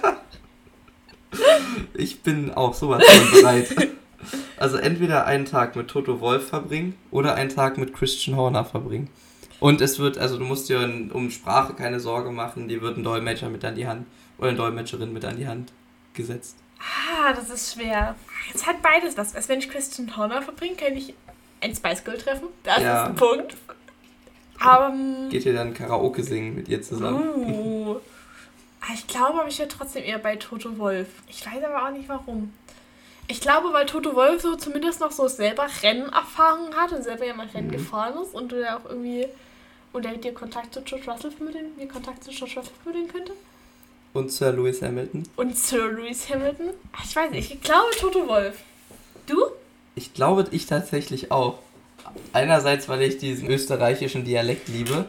Ich bin auch sowas von bereit. Also entweder einen Tag mit Toto Wolff verbringen oder einen Tag mit Christian Horner verbringen. Und es wird, also du musst dir um Sprache keine Sorge machen, dir wird ein Dolmetscher mit an die Hand oder eine Dolmetscherin mit an die Hand gesetzt. Ah, das ist schwer. Es hat beides was. Also wenn ich Christian Horner verbringe, kann ich ein Spice Girl treffen. Das ist ein Punkt. Aber... Geht ihr dann Karaoke singen mit ihr zusammen? Ich glaube, ich wäre trotzdem eher bei Toto Wolff. Ich weiß aber auch nicht warum. Ich glaube, weil Toto Wolff so zumindest noch so selber Rennerfahrung hat und selber ja mal Rennen gefahren ist und du ja auch irgendwie... Und der dir Kontakt zu George Russell vermitteln könnte. Und Sir Lewis Hamilton. Ich weiß nicht, ich glaube Toto Wolff. Du? Ich glaube, ich tatsächlich auch. Einerseits, weil ich diesen österreichischen Dialekt liebe.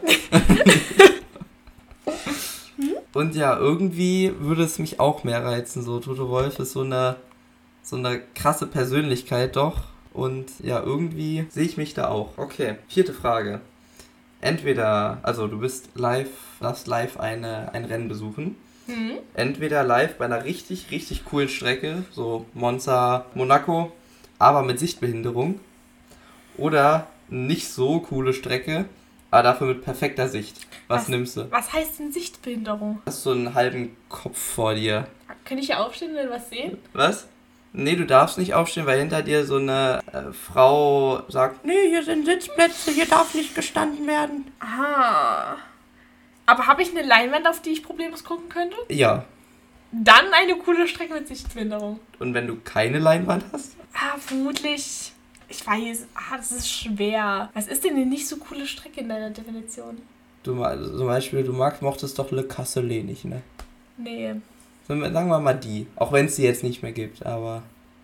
Und ja, irgendwie würde es mich auch mehr reizen. So, Toto Wolff ist so eine krasse Persönlichkeit doch. Und ja, irgendwie sehe ich mich da auch. Okay, 4. Frage. Entweder, also du darfst live ein Rennen besuchen. Entweder live bei einer richtig, richtig coolen Strecke, so Monza, Monaco, aber mit Sichtbehinderung. Oder nicht so coole Strecke, aber dafür mit perfekter Sicht. Was nimmst du? Was heißt denn Sichtbehinderung? Hast du einen halben Kopf vor dir. Kann ich ja aufstehen und was sehen? Was? Nee, du darfst nicht aufstehen, weil hinter dir so eine Frau sagt, nee, hier sind Sitzplätze, hier darf nicht gestanden werden. Ah. Aber habe ich eine Leinwand, auf die ich problemlos gucken könnte? Ja. Dann eine coole Strecke mit Sichtbehinderung. Und wenn du keine Leinwand hast? Vermutlich. Ich weiß, das ist schwer. Was ist denn eine nicht so coole Strecke in deiner Definition? Zum Beispiel, mochtest doch Le Castellet nicht, ne? Nee. Sagen wir mal die. Auch wenn es sie jetzt nicht mehr gibt, aber...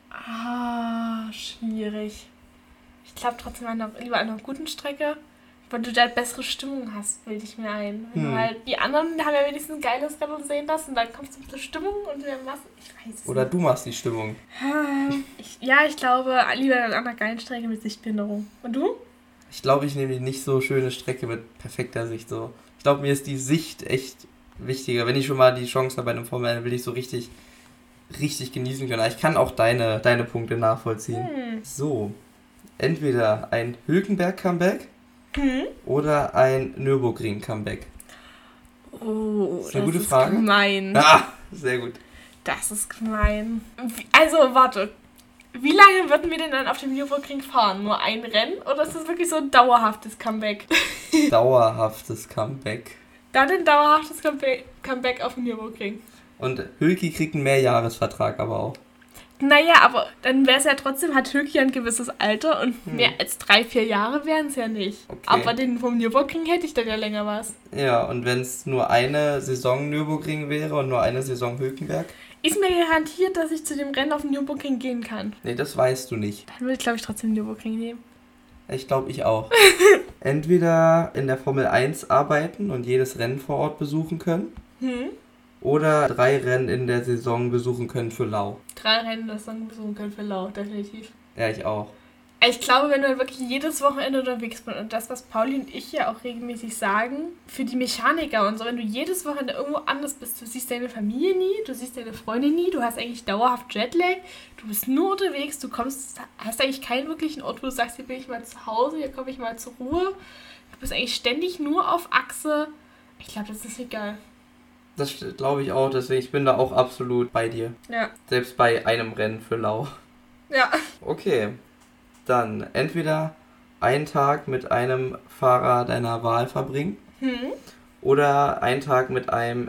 Schwierig. Ich glaube trotzdem lieber an einer guten Strecke, weil du da bessere Stimmung hast, bilde ich mir ein. Wenn du halt, die anderen haben ja wenigstens ein geiles Rennen sehen lassen und dann kommst du mit der Stimmung und dann machst ich weiß es Oder nicht. du machst die Stimmung. Ich glaube lieber an einer geilen Strecke mit Sichtbehinderung. Und du? Ich glaube, ich nehme die nicht so schöne Strecke mit perfekter Sicht. So. Ich glaube, mir ist die Sicht echt wichtiger. Wenn ich schon mal die Chance habe bei einem Formel, dann will ich so richtig genießen können. Aber ich kann auch deine Punkte nachvollziehen. So, entweder ein Hülkenberg-Comeback oder ein Nürburgring-Comeback. Oh, das ist eine gute Frage. Gemein. Sehr gut. Das ist gemein. Also, warte. Wie lange würden wir denn dann auf dem Nürburgring fahren? Nur ein Rennen? Oder ist das wirklich so ein dauerhaftes Comeback? Dauerhaftes Comeback. Dann ein dauerhaftes Comeback auf dem Nürburgring. Und Hülki kriegt einen Mehrjahresvertrag aber auch. Naja, aber dann wäre es ja trotzdem, hat Hülki ein gewisses Alter und mehr als 3-4 Jahre wären es ja nicht. Okay. Aber den vom Nürburgring hätte ich dann ja länger was. Ja, und wenn es nur eine Saison Nürburgring wäre und nur eine Saison Hülkenberg? Ist mir garantiert, dass ich zu dem Rennen auf dem Nürburgring gehen kann. Nee, das weißt du nicht. Dann würde ich, glaube ich, trotzdem den Nürburgring nehmen. Ich glaube, ich auch. Entweder in der Formel 1 arbeiten und jedes Rennen vor Ort besuchen können. Oder 3 Rennen in der Saison besuchen können für lau. 3 Rennen in der Saison besuchen können für lau, definitiv. Ja, ich auch. Ich glaube, wenn du halt wirklich jedes Wochenende unterwegs bist und das, was Pauli und ich ja auch regelmäßig sagen, für die Mechaniker und so, wenn du jedes Wochenende irgendwo anders bist, du siehst deine Familie nie, du siehst deine Freunde nie, du hast eigentlich dauerhaft Jetlag, du bist nur unterwegs, hast eigentlich keinen wirklichen Ort, wo du sagst, hier bin ich mal zu Hause, hier komme ich mal zur Ruhe. Du bist eigentlich ständig nur auf Achse. Ich glaube, das ist egal. Das glaube ich auch, deswegen ich bin da auch absolut bei dir. Ja. Selbst bei einem Rennen für Lau. Ja. Okay, dann entweder einen Tag mit einem Fahrer deiner Wahl verbringen oder einen Tag mit einem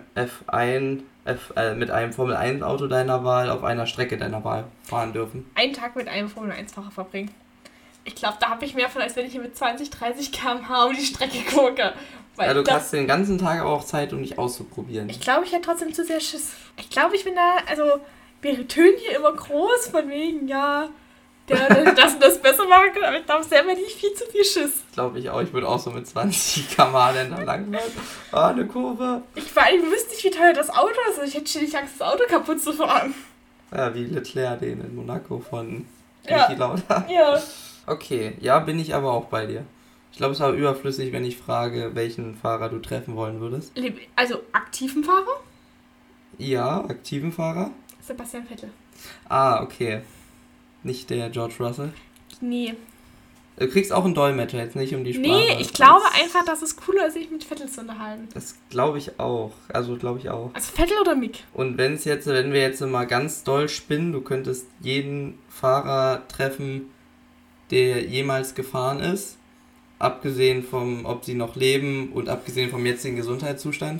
mit einem Formel-1-Auto deiner Wahl auf einer Strecke deiner Wahl fahren dürfen. Einen Tag mit einem Formel-1-Fahrer verbringen. Ich glaube, da habe ich mehr von, als wenn ich hier mit 20, 30 km/h um die Strecke gucke. Weil ja, du hast den ganzen Tag aber auch Zeit, um dich auszuprobieren. Ich glaube, ich hätte trotzdem zu sehr Schiss. Ich glaube, ich bin da, also, wir tönen hier immer groß, von wegen, ja, der das und das besser machen kann, aber ich glaube selber nicht viel zu viel Schiss. Glaube ich auch, ich würde auch so mit 20 km/h dann da lang werden. Ah, eine Kurve. Vor allem wüsste ich, wie teuer das Auto ist, also ich hätte ständig Angst, das Auto kaputt zu fahren. Ja, wie Leclerc den in Monaco von Niki Lauda. Ja. Okay, ja, bin ich aber auch bei dir. Ich glaube, es war überflüssig, wenn ich frage, welchen Fahrer du treffen wollen würdest. Also aktiven Fahrer? Ja, aktiven Fahrer. Sebastian Vettel. Ah, okay. Nicht der George Russell? Nee. Du kriegst auch einen Dolmetscher, jetzt nicht um die Sprache. Nee, ich glaube einfach, dass es cooler ist, sich mit Vettel zu unterhalten. Das glaube ich auch. Also Vettel oder Mick? Und wenn wir jetzt mal ganz doll spinnen, du könntest jeden Fahrer treffen, der jemals gefahren ist. Abgesehen vom, ob sie noch leben und abgesehen vom jetzigen Gesundheitszustand?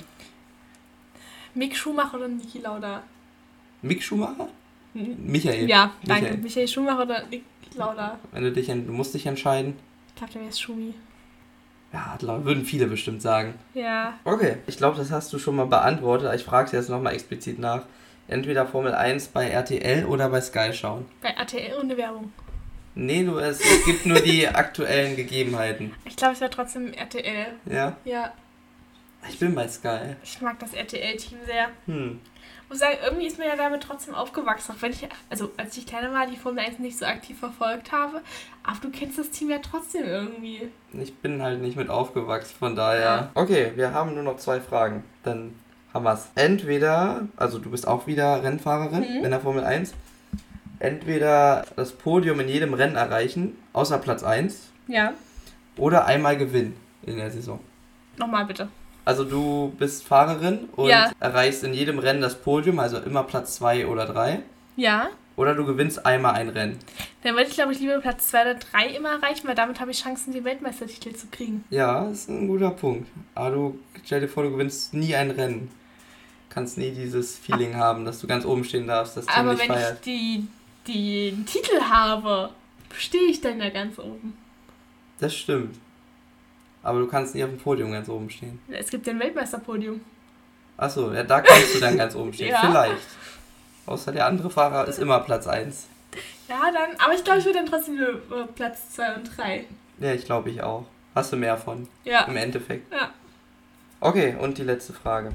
Mick Schumacher oder Niki Lauda? Mick Schumacher? Michael. Ja, danke. Michael Schumacher oder Niki Lauda? Du musst dich entscheiden. Ich glaube, der wäre Schumi. Ja, würden viele bestimmt sagen. Ja. Okay, ich glaube, das hast du schon mal beantwortet. Ich frage es jetzt nochmal explizit nach. Entweder Formel 1 bei RTL oder bei Sky schauen. Bei RTL ohne Werbung. Nee, es gibt nur die aktuellen Gegebenheiten. Ich glaube, es wäre trotzdem RTL. Ja? Ja. Ich bin bei Sky. Ich mag das RTL-Team sehr. Ich muss sagen, irgendwie ist mir ja damit trotzdem aufgewachsen. Auch wenn als ich kleiner war, die Formel 1 nicht so aktiv verfolgt habe. Aber du kennst das Team ja trotzdem irgendwie. Ich bin halt nicht mit aufgewachsen, von daher. Ja. Okay, wir haben nur noch 2 Fragen. Dann haben wir es. Entweder, also du bist auch wieder Rennfahrerin in der Formel 1. Entweder das Podium in jedem Rennen erreichen, außer Platz 1. Ja. Oder einmal gewinnen in der Saison. Nochmal bitte. Also du bist Fahrerin und erreichst in jedem Rennen das Podium, also immer Platz 2 oder 3. Ja. Oder du gewinnst einmal ein Rennen. Dann würde ich, glaube ich, lieber Platz 2 oder 3 immer erreichen, weil damit habe ich Chancen, den Weltmeistertitel zu kriegen. Ja, das ist ein guter Punkt. Aber stell dir vor, du gewinnst nie ein Rennen. Kannst nie dieses Feeling haben, dass du ganz oben stehen darfst, das Team dich feiert. Aber wenn ich den Titel habe, stehe ich dann da ganz oben. Das stimmt. Aber du kannst nie auf dem Podium ganz oben stehen. Es gibt ja ein Weltmeisterpodium. Achso, ja, da kannst du dann ganz oben stehen. Ja. Vielleicht. Außer der andere Fahrer ist immer Platz 1. Ja, dann. Aber ich glaube, ich würde dann trotzdem nur Platz 2 und 3. Ja, ich glaube ich auch. Hast du mehr von. Ja. Im Endeffekt. Ja. Okay, und die letzte Frage.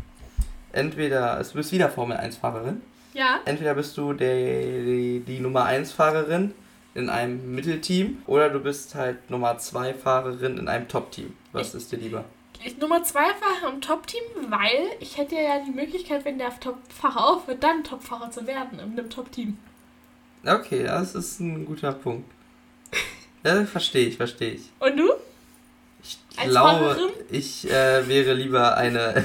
Entweder, du bist wieder Formel 1 Fahrerin. Ja. Entweder bist du die Nummer 1 Fahrerin in einem Mittelteam oder du bist halt Nummer 2 Fahrerin in einem Top-Team. Was ist dir lieber? Nummer 2 Fahrer im Top-Team, weil ich hätte ja die Möglichkeit, wenn der Top-Fahrer aufhört, dann Top-Fahrer zu werden in einem Top-Team. Okay, das ist ein guter Punkt. Ja, verstehe ich. Und du? Ich glaube, ich wäre lieber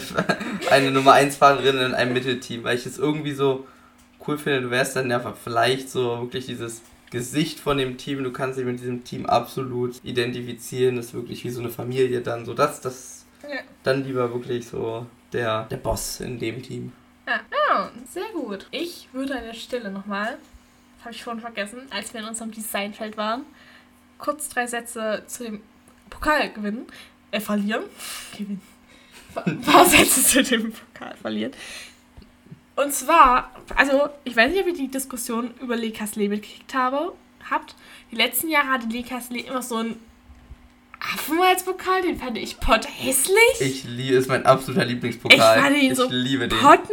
eine Nummer 1 Fahrerin in einem Mittelteam, weil ich es irgendwie so cool finde. Du wärst dann ja vielleicht so wirklich dieses Gesicht von dem Team. Du kannst dich mit diesem Team absolut identifizieren. Das ist wirklich wie so eine Familie dann. So dann lieber wirklich so der Boss in dem Team. Ja, sehr gut. Ich würde an der Stelle nochmal, das habe ich vorhin vergessen, als wir in unserem Designfeld waren, kurz 3 Sätze zu dem Pokal verlieren. Gewinnen. Ein paar Sätze zu dem Pokal verlieren. Und zwar, also, ich weiß nicht, ob ihr die Diskussion über Le Castellet mitgekriegt habt. Die letzten Jahre hatte Le Castellet immer so einen Affen als Pokal, den fand ich potthässlich. Ist mein absoluter Lieblingspokal. Ich fand ihn so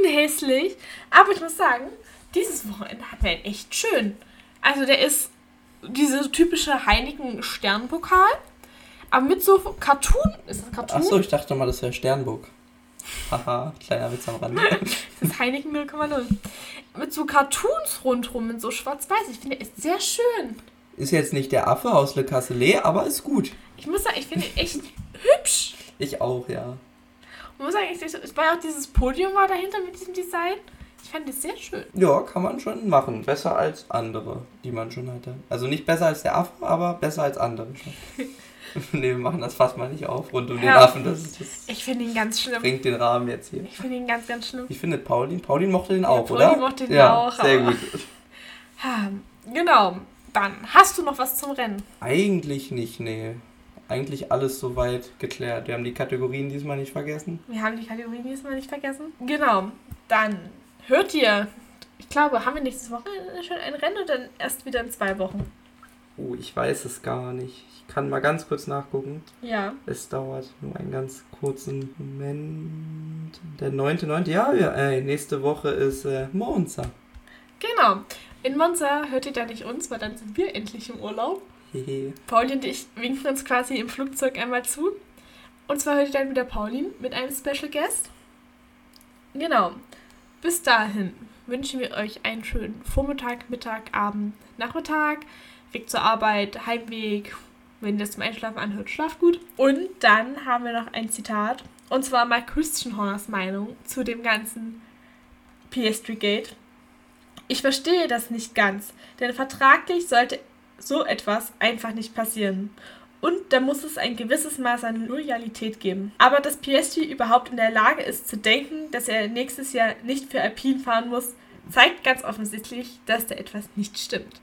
pottenhässlich. Aber ich muss sagen, dieses Wochenende hatten wir ihn echt schön. Also der ist diese typische Heineken-Sternpokal, aber mit so Cartoon. Ist das Cartoon? Achso, ich dachte mal, das wäre Sternburg. Haha, kleiner Witz am Rande. Das ist Heineken 0,0. Mit so Cartoons rundrum, in so schwarz-weiß. Ich finde, er ist sehr schön. Ist jetzt nicht der Affe aus Le Castellet, aber ist gut. Ich muss sagen, ich finde ihn echt hübsch. Ich auch, ja. Ich muss sagen, es war ja auch dieses Podium war dahinter mit diesem Design. Ich fand es sehr schön. Ja, kann man schon machen. Besser als andere, die man schon hatte. Also nicht besser als der Affe, aber besser als andere schon. Nee, wir machen das fast mal nicht auf rund um den Affen. Das ich finde ihn ganz schlimm. Bringt den Rahmen jetzt hier. Ich finde ihn ganz, ganz schlimm. Wie findet Pauline? Pauline mochte den auch, Pauline oder? Pauline mochte den auch. Sehr gut. Ja, genau. Dann, hast du noch was zum Rennen? Eigentlich nicht, nee. Eigentlich alles soweit geklärt. Wir haben die Kategorien diesmal nicht vergessen. Genau. Dann hört ihr, ich glaube, haben wir nächste Woche schon ein Rennen oder dann erst wieder in 2 Wochen? Oh, ich weiß es gar nicht. Ich kann mal ganz kurz nachgucken. Ja. Es dauert nur einen ganz kurzen Moment. Der 9.9. Ja, nächste Woche ist Monza. Genau. In Monza hört ihr da nicht uns, weil dann sind wir endlich im Urlaub. Hehe. Pauli und ich winken uns quasi im Flugzeug einmal zu. Und zwar hört ihr dann wieder Pauline mit einem Special Guest. Genau. Bis dahin wünschen wir euch einen schönen Vormittag, Mittag, Abend, Nachmittag, Weg zur Arbeit, Heimweg. Wenn ihr das zum Einschlafen anhört, schlaft gut. Und dann haben wir noch ein Zitat. Und zwar mal Christian Horners Meinung zu dem ganzen Piastri-Gate. Ich verstehe das nicht ganz, denn vertraglich sollte so etwas einfach nicht passieren. Und da muss es ein gewisses Maß an Loyalität geben. Aber dass Piastri überhaupt in der Lage ist zu denken, dass er nächstes Jahr nicht für Alpine fahren muss, zeigt ganz offensichtlich, dass da etwas nicht stimmt.